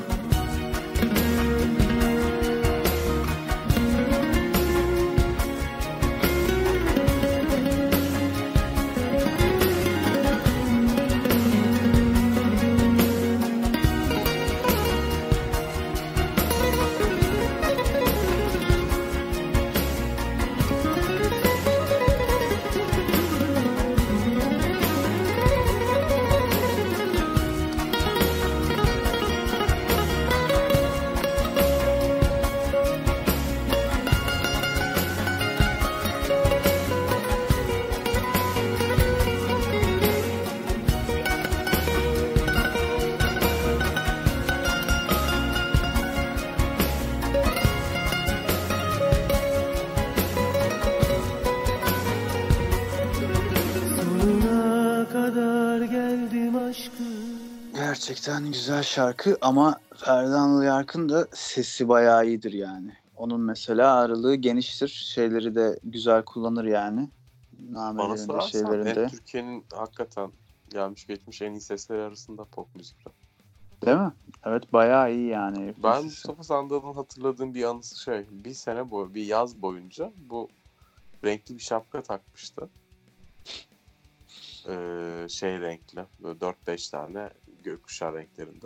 Sonuna kadar geldim aşkım. Gerçekten güzel şarkı ama Ferdan Yarkın da sesi bayağı iyidir yani. Onun mesela ağırlığı geniştir. Şeyleri de güzel kullanır yani. Bana Namelerinde, sorarsan şeylerinde. Türkiye'nin hakikaten gelmiş geçmiş en iyi sesleri arasında pop müzikte. Değil mi? Evet bayağı iyi yani. herifin Ben sesi. Mustafa Sandal'ın hatırladığım bir anısı bir sene bir yaz boyunca bu renkli bir şapka takmıştı. Renkli, böyle 4-5 tane gökkuşağı renklerinde.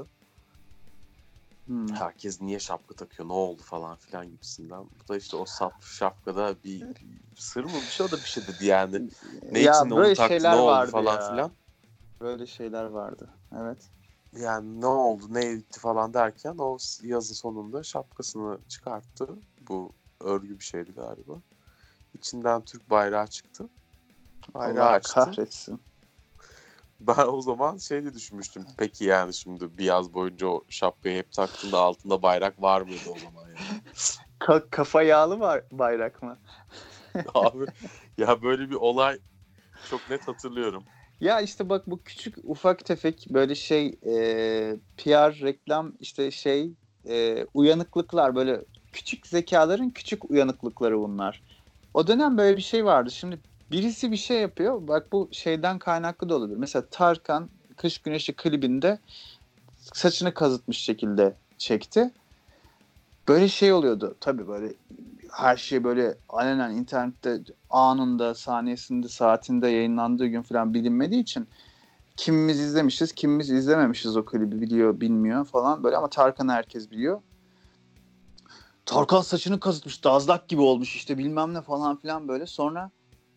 Herkes niye şapka takıyor, ne oldu falan filan gibisinden. Bu da işte o şapkada bir sır mı bir şey, o da bir şey dedi yani. Ne Ya için onu böyle taktı, şeyler ne oldu vardı falan ya. filan. Böyle şeyler vardı. Evet. Yani ne oldu, ne etti falan derken o yazı sonunda şapkasını çıkarttı. Bu örgü bir şeydi galiba. İçinden Türk bayrağı çıktı. Bayrağı Allah açtı. kahretsin. Ben o zaman diye düşünmüştüm. Peki yani şimdi bir yaz boyunca o şapkayı hep taktığında altında bayrak var mıydı o zaman yani? Kafa yağlı var bayrak mı? Abi ya böyle bir olay çok net hatırlıyorum. Ya işte bak bu küçük ufak tefek böyle PR reklam işte uyanıklıklar, böyle küçük zekaların küçük uyanıklıkları bunlar. O dönem böyle bir şey vardı. Şimdi birisi bir şey yapıyor. Bak bu şeyden kaynaklı da olabilir. Mesela Tarkan Kış Güneşi klibinde saçını kazıtmış şekilde çekti. Böyle şey oluyordu. Tabii böyle her şey böyle alenen internette anında, saniyesinde, saatinde yayınlandığı gün falan bilinmediği için kimimiz izlemişiz, kimimiz izlememişiz o klibi, biliyor, bilmiyor falan böyle, ama Tarkan'ı herkes biliyor. Tarkan saçını kazıtmış, dazlak gibi olmuş işte bilmem ne falan filan böyle. Sonra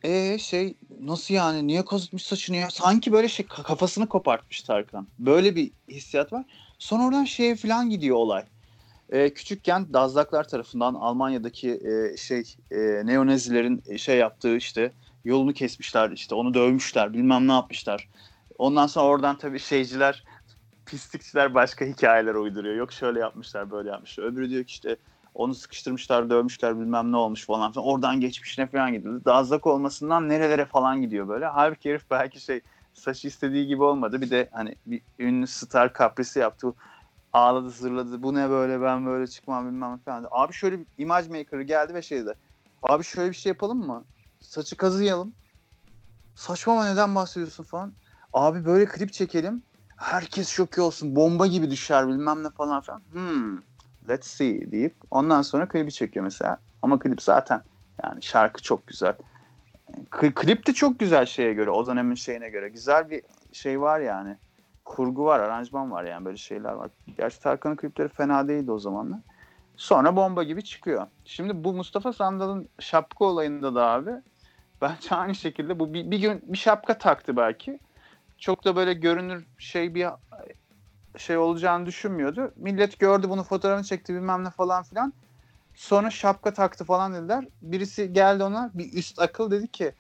nasıl yani, niye kazıtmış saçını ya? Sanki böyle kafasını kopartmış Tarkan. Böyle bir hissiyat var. Sonra oradan falan gidiyor olay. Küçükken Dazlaklar tarafından Almanya'daki neonazilerin yaptığı işte yolunu kesmişler, işte onu dövmüşler, bilmem ne yapmışlar. Ondan sonra oradan tabii pislikçiler başka hikayeler uyduruyor. Yok şöyle yapmışlar, böyle yapmışlar. Öbürü diyor ki işte onu sıkıştırmışlar, dövmüşler, bilmem ne olmuş falan filan. Oradan geçmişine falan gidiyor. Dazlak olmasından nerelere falan gidiyor böyle. Halbuki herif belki saçı istediği gibi olmadı. Bir de hani bir ünlü star kaprisi yaptı. Ağladı, zırladı. Bu ne böyle, ben böyle çıkmam bilmem ne falan. Abi şöyle bir image maker geldi ve dedi. Abi şöyle bir şey yapalım mı? Saçı kazıyalım. Saçmalama, neden bahsediyorsun falan. Abi böyle klip çekelim. Herkes şok olsun. Bomba gibi düşer bilmem ne falan filan. Let's see deyip ondan sonra klibi çekiyor mesela. Ama klip zaten yani şarkı çok güzel. Klip de çok güzel şeye göre. O dönemin şeyine göre. Güzel bir şey var yani. Kurgu var, aranjman var yani, böyle şeyler var. Gerçi Tarkan'ın klipleri fena değildi o zamanlar. Sonra bomba gibi çıkıyor. Şimdi bu Mustafa Sandal'ın şapka olayında da abi bence aynı şekilde bu bir gün bir şapka taktı belki. Çok da böyle görünür bir şey olacağını düşünmüyordu. Millet gördü bunu, fotoğrafını çekti bilmem ne falan filan. Sonra şapka taktı falan dediler. Birisi geldi ona, bir üst akıl dedi ki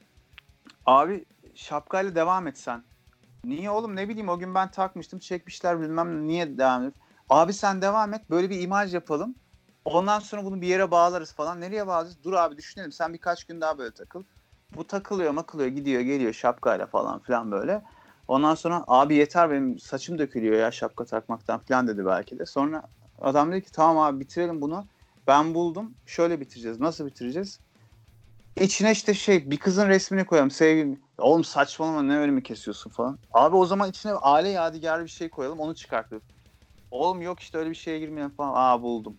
abi şapkayla devam et sen. Niye oğlum, ne bileyim, o gün ben takmıştım, çekmişler bilmem ne, niye devam et. Abi sen devam et, böyle bir imaj yapalım. Ondan sonra bunu bir yere bağlarız falan. Nereye bağlarız? Dur abi düşünelim, sen birkaç gün daha böyle takıl. Bu takılıyor gidiyor geliyor şapkayla falan filan böyle. Ondan sonra abi yeter benim saçım dökülüyor ya şapka takmaktan falan dedi belki de. Sonra adam dedi ki tamam abi bitirelim bunu. Ben buldum. Şöyle bitireceğiz. Nasıl bitireceğiz? İçine işte bir kızın resmini koyalım. Sevgilim. Oğlum saçmalama, ne önümü kesiyorsun falan. Abi o zaman içine aile yadigarı bir şey koyalım, onu çıkarttık. Oğlum yok işte öyle bir şeye girmeyelim falan. Buldum.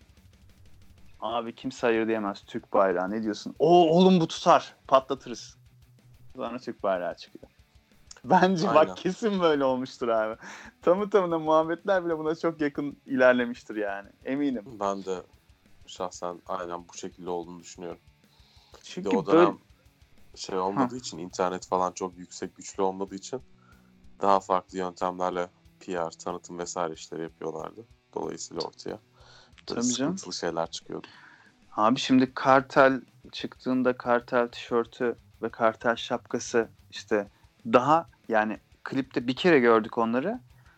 Abi kimse hayır diyemez. Türk bayrağı, ne diyorsun? Oğlum bu tutar. Patlatırız. Sonra Türk bayrağı çıkıyor. Bence Aynen. bak kesin böyle olmuştur abi. Tamı tamına muhabbetler bile buna çok yakın ilerlemiştir yani. Eminim. Ben de şahsen aynen bu şekilde olduğunu düşünüyorum. Çünkü Bir de o dönem şey olmadığı için, internet falan çok yüksek güçlü olmadığı için daha farklı yöntemlerle PR, tanıtım vesaire işleri yapıyorlardı. Dolayısıyla ortaya böyle Tabii canım. sıkıntılı şeyler çıkıyordu. Abi şimdi Kartel çıktığında Kartel tişörtü ve Kartel şapkası işte daha yani klipte bir kere gördük onları.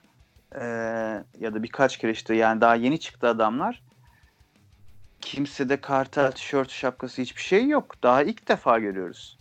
Ya da birkaç kere işte yani daha yeni çıktı adamlar. Kimsede Kartel tişörtü şapkası hiçbir şey yok. Daha ilk defa görüyoruz.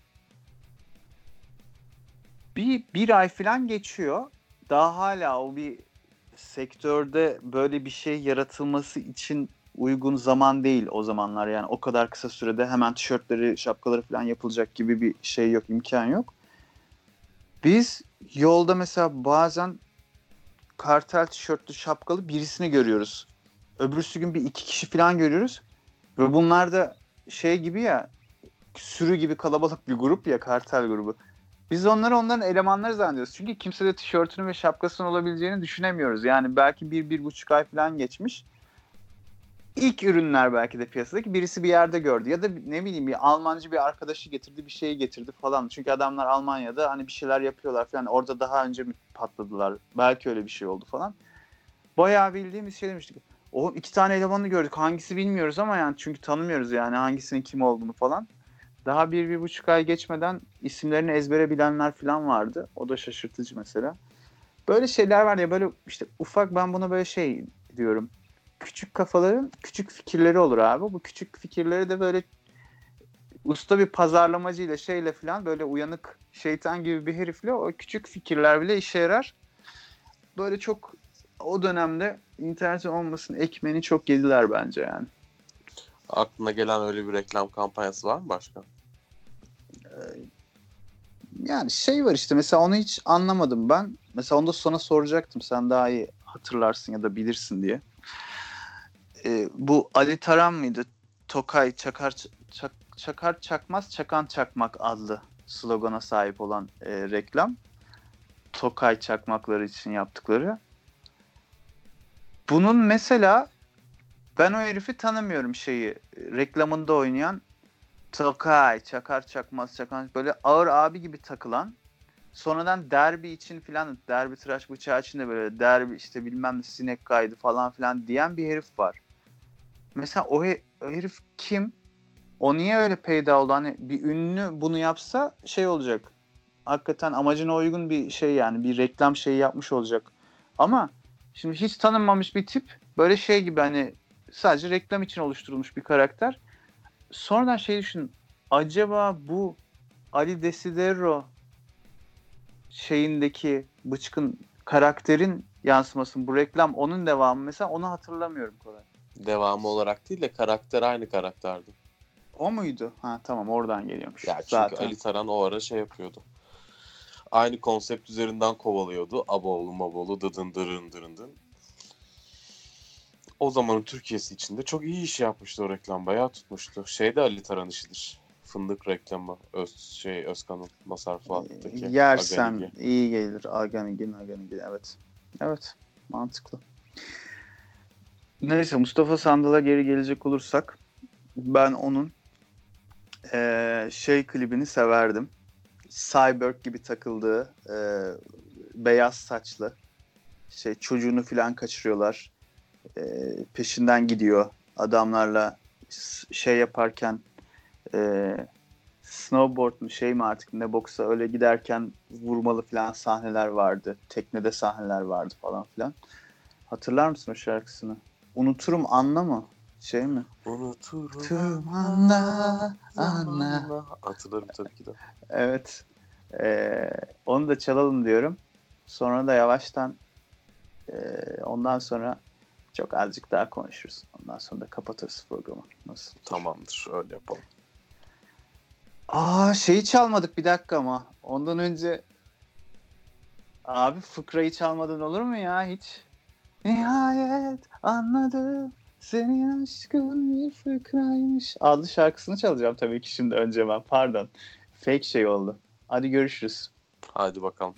Bir ay falan geçiyor. Daha hala o bir sektörde böyle bir şey yaratılması için uygun zaman değil o zamanlar. Yani o kadar kısa sürede hemen tişörtleri, şapkaları falan yapılacak gibi bir şey yok, imkan yok. Biz yolda mesela bazen Kartel tişörtlü, şapkalı birisini görüyoruz. Öbürsü gün bir iki kişi falan görüyoruz. Ve bunlar da gibi ya, sürü gibi kalabalık bir grup ya, Kartel grubu. Biz onların elemanları zannediyoruz. Çünkü kimse de tişörtünün ve şapkasının olabileceğini düşünemiyoruz. Yani belki 1-1,5 ay falan geçmiş. İlk ürünler belki de piyasadaki birisi bir yerde gördü. Ya da ne bileyim bir Almancı bir arkadaşı getirdi, bir şeyi getirdi falan. Çünkü adamlar Almanya'da hani bir şeyler yapıyorlar falan. Orada daha önce mi patladılar? Belki öyle bir şey oldu falan. Bayağı bildiğimiz şey demiştik. O 2 tane elemanı gördük. Hangisi bilmiyoruz ama yani çünkü tanımıyoruz yani hangisinin kim olduğunu falan. Daha 1-1,5 ay geçmeden isimlerini ezbere bilenler falan vardı. O da şaşırtıcı mesela. Böyle şeyler var ya, böyle işte ufak, ben buna böyle diyorum. Küçük kafaların küçük fikirleri olur abi. Bu küçük fikirleri de böyle usta bir pazarlamacıyla falan, böyle uyanık şeytan gibi bir herifle o küçük fikirler bile işe yarar. Böyle çok o dönemde internetin olmasının ekmeğini çok yediler bence yani. Aklına gelen öyle bir reklam kampanyası var mı başka? Yani var işte, mesela onu hiç anlamadım ben. Mesela onu da sana soracaktım, sen daha iyi hatırlarsın ya da bilirsin diye. Bu Ali Taran mıydı? Tokay çakar çakmaz çakan çakmak adlı slogana sahip olan reklam. Tokay çakmakları için yaptıkları. Bunun mesela ben o herifi tanımıyorum, reklamında oynayan Tokay çakar çakmaz çakan, böyle ağır abi gibi takılan, sonradan derbi için filan, derbi tıraş bıçağı için de böyle derbi işte bilmem ne sinek kaydı falan filan diyen bir herif var. Mesela o herif kim? O niye öyle peyda oldu? Hani bir ünlü bunu yapsa olacak. Hakikaten amacına uygun bir yani bir reklam yapmış olacak. Ama şimdi hiç tanınmamış bir tip, böyle gibi hani sadece reklam için oluşturulmuş bir karakter. Sonradan düşün. Acaba bu Ali Desidero bıçkın karakterin yansıması mı? Bu reklam onun devamı mesela, onu hatırlamıyorum kolay. Devamı olarak değil de karakter aynı karakterdi. O muydu? Ha tamam, oradan geliyormuş. Ya çünkü zaten. Ali Taran o ara yapıyordu. Aynı konsept üzerinden kovalıyordu. Abolu mabolu dıdın dırın dırın dın. O zamanın Türkiye'si içinde çok iyi iş yapmıştı o reklam. Bayağı tutmuştu. Şey de Ali Taran işidir. Fındık reklamı. Özkan'ın Masar Fuat'taki. Yersen Aganigi. iyi gelir. Aganigi. Evet. Evet. Mantıklı. Neyse, Mustafa Sandal'a geri gelecek olursak, ben onun klibini severdim. Cyborg gibi takıldığı, beyaz saçlı, çocuğunu falan kaçırıyorlar. Peşinden gidiyor adamlarla, yaparken, snowboard mu mi artık ne boksa, öyle giderken vurmalı falan sahneler vardı. Teknede sahneler vardı falan filan. Hatırlar mısın o şarkısını? Unuturum anla mı? Mi? Unuturum anla. Hatırlarım tabii ki de. Evet. Onu da çalalım diyorum. Sonra da yavaştan ondan sonra çok azıcık daha konuşuruz. Ondan sonra da kapatırız programı. Nasıl? Tamamdır, öyle yapalım. Şeyi çalmadık bir dakika ama. Ondan önce abi fıkrayı çalmadan olur mu ya hiç? Nihayet anladım. Senin aşkın bir fıkraymış adlı şarkısını çalacağım tabii ki şimdi önce ben. Pardon. Fake oldu. Hadi görüşürüz. Hadi bakalım.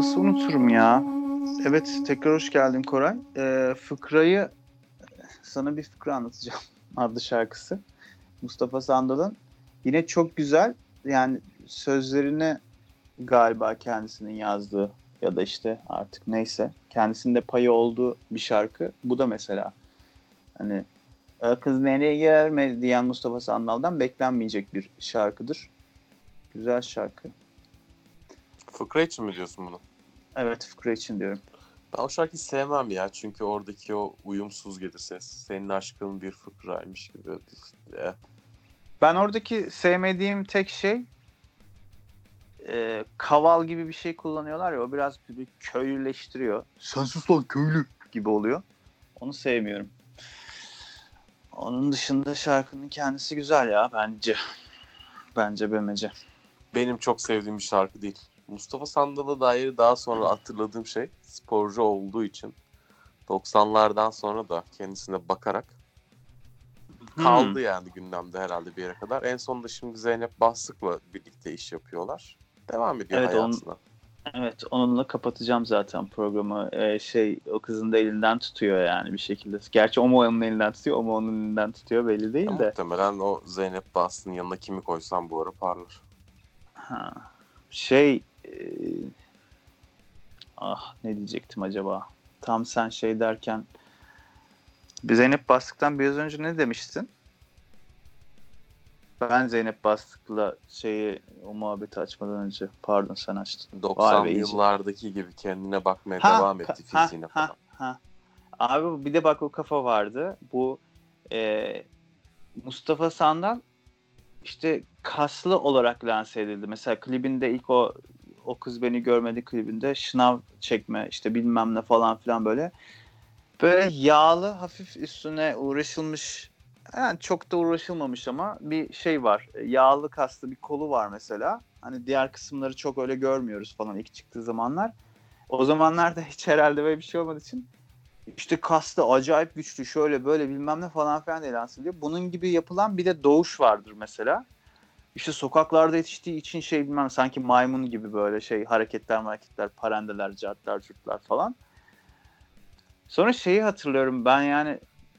nasıl unuturum ya? Evet, tekrar hoş geldin Koray. Fıkrayı, sana bir fıkra anlatacağım adlı şarkısı. Mustafa Sandal'ın. Yine çok güzel. Yani sözlerini galiba kendisinin yazdığı ya da işte artık neyse kendisinde payı olduğu bir şarkı. Bu da mesela hani kız nereye gelmedi diyen Mustafa Sandal'dan beklenmeyecek bir şarkıdır. Güzel şarkı. Fıkra için mi diyorsun bunu? Evet, fıkra için diyorum. Ben o şarkıyı sevmem ya. Çünkü oradaki o uyumsuz gelir ses. Senin aşkın bir fıkraymış gibi. Ben oradaki sevmediğim tek şey kaval gibi bir şey kullanıyorlar ya, o biraz bir köylüleştiriyor. Sen sus lan köylü gibi oluyor. Onu sevmiyorum. Onun dışında şarkının kendisi güzel ya bence. Bence BMC. Benim çok sevdiğim bir şarkı değil. Mustafa Sandal'a dair daha sonra hatırladığım şey sporcu olduğu için 90'lardan sonra da kendisine bakarak kaldı yani gündemde herhalde bir yere kadar. En sonunda şimdi Zeynep Bastık'la birlikte iş yapıyorlar. Devam ediyor Evet, hayatına. Evet, onunla kapatacağım zaten programı. O kızın da elinden tutuyor yani bir şekilde. Gerçi o mu onun elinden tutuyor, o mu onun elinden tutuyor belli değil de. Muhtemelen o Zeynep Bastık'ın yanına kimi koysam bu ara parlar. Ha. Ne diyecektim acaba? Tam sen şey derken Zeynep Bastık'tan biraz önce ne demiştin? Ben Zeynep Bastık'la o muhabbeti açmadan önce pardon sen açtın. 90'lı yıllardaki gibi kendine bakmaya devam etti fiziğine falan. Abi bir de bak o kafa vardı. Bu Mustafa Sandal işte kaslı olarak lanse edildi. Mesela klibinde ilk o kız beni görmedi klibinde şınav çekme işte bilmem ne falan filan böyle yağlı hafif üstüne uğraşılmış, yani çok da uğraşılmamış ama bir şey var. Yağlı kaslı bir kolu var mesela. Hani diğer kısımları çok öyle görmüyoruz falan ilk çıktığı zamanlar. O zamanlarda hiç herhalde böyle bir şey olmadığı için işte kaslı, acayip güçlü, şöyle böyle bilmem ne falan filan diye lanse ediliyor. Bunun gibi yapılan bir de Doğuş vardır mesela. İşte sokaklarda yetiştiği için bilmem sanki maymun gibi böyle hareketler, parendeler, cartlar, curtlar falan. Sonra hatırlıyorum ben yani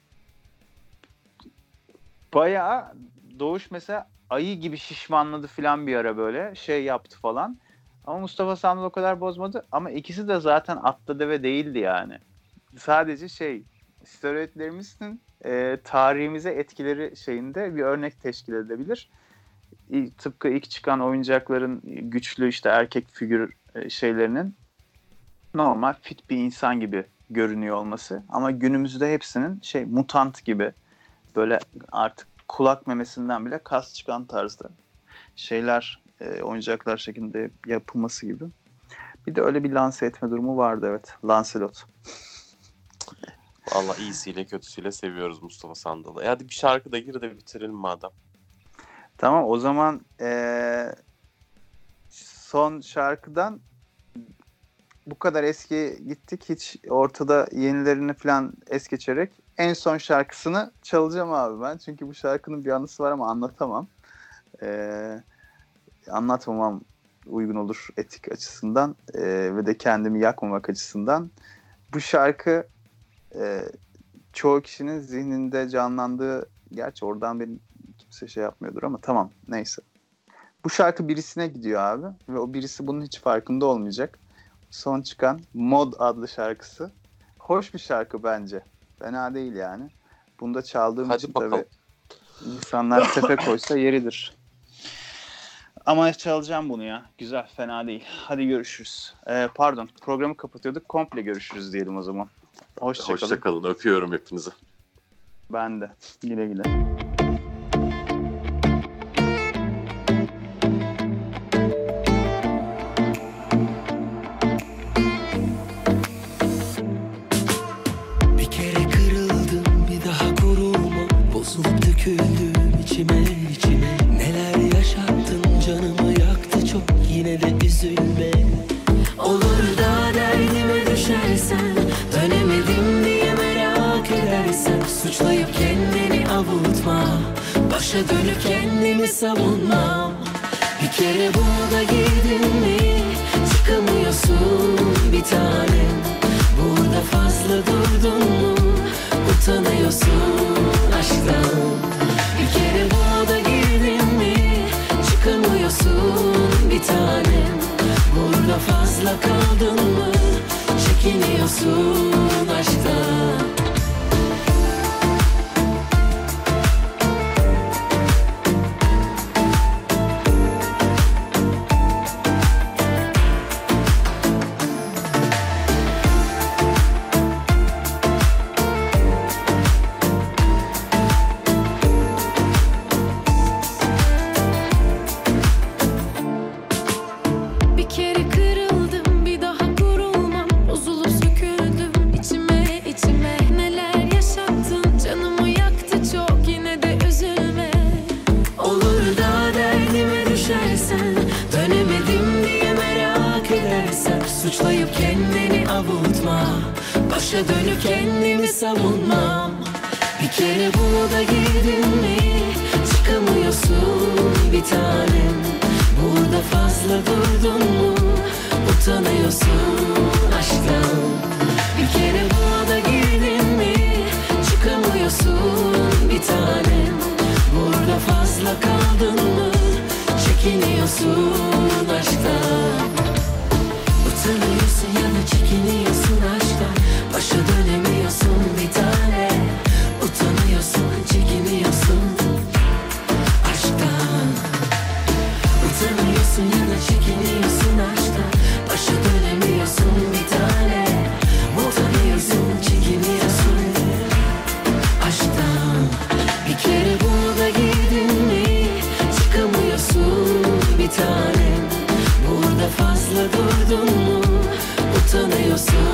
bayağı Doğuş mesela ayı gibi şişmanladı falan bir ara böyle yaptı falan. Ama Mustafa Sandal o kadar bozmadı. Ama ikisi de zaten atlı deve değildi yani. Sadece steroidlerimizin tarihimize etkileri şeyinde bir örnek teşkil edebilir. Tıpkı ilk çıkan oyuncakların güçlü işte erkek figür şeylerinin normal fit bir insan gibi görünüyor olması. Ama günümüzde hepsinin mutant gibi böyle artık kulak memesinden bile kas çıkan tarzda oyuncaklar şeklinde yapılması gibi. Bir de öyle bir lanse etme durumu vardı evet. Lancelot. Vallahi iyisiyle kötüsüyle seviyoruz Mustafa Sandal'ı. Hadi bir şarkı da gir de bitirelim madem. Tamam o zaman son şarkıdan bu kadar eski gittik. Hiç ortada yenilerini falan es geçerek en son şarkısını çalacağım abi ben. Çünkü bu şarkının bir anısı var ama anlatamam. Anlatmamam uygun olur etik açısından ve de kendimi yakmamak açısından. Bu şarkı çoğu kişinin zihninde canlandığı, gerçi oradan benim kimse yapmıyordur ama tamam neyse. Bu şarkı birisine gidiyor abi ve o birisi bunun hiç farkında olmayacak. Son çıkan Mod adlı şarkısı. Hoş bir şarkı bence. Fena değil yani. Bunda çaldığım Hadi için bakalım. tabii insanlar tepe koysa yeridir. Ama çalacağım bunu ya. Güzel, fena değil. Hadi görüşürüz. Pardon, programı kapatıyorduk. Komple görüşürüz diyelim o zaman. Hoşça kalın. Öpüyorum hepinizi. Ben de. Güle güle. Bir kere kırıldım, bir daha korulmam. Bozulup döküldüm içime. Neler yaşattın, canımı yaktı çok. Yine de üzülme. Olur da derdime düşersen, dönemedim diye merak edersen, suçlayıp kendini avutma, başa dönüp kendimi savunma. Bir kere burada girdin mi, çıkamıyorsun. Çıkamıyorsun bir tanem, burada fazla durdun mu? Utanıyorsun aşktan. Bir kere bu oda girdin mi? Çıkamıyorsun bir tanem, burada fazla kaldın mı? Çekiniyorsun aşktan. Bir kere kırıldım, bir daha kurulmam. Bozulup söküldüm içime içime. Neler yaşattın, canımı yaktı çok, yine de üzülme. Olur da derdime düşersen, dönemedim diye merak edersen, suçlayıp kendini avutma, başa dönüp kendimi savunmam. Bir kere bu oda girdin mi? Çıkamıyorsun bir tanem, burada fazla durdun mu? Utanıyorsun aşktan. Bir kere bu oda girdin mi? Çıkamıyorsun bir tanem, burada fazla kaldın mı? Çekiniyorsun aşktan. Utanıyorsun ya da çekiniyorsun aşktan. Başa dönemiyorsun bir tane. Utanıyorsun, çekiniyorsun aşktan. Utanıyorsun ya da çekiniyorsun aşktan. Başa dönemiyorsun bir tane. Utanıyorsun, çekiniyorsun aşktan. Bir kere bu oda girdin mi? Çıkamıyorsun bir tanem, burada fazla durdun mu? Utanıyorsun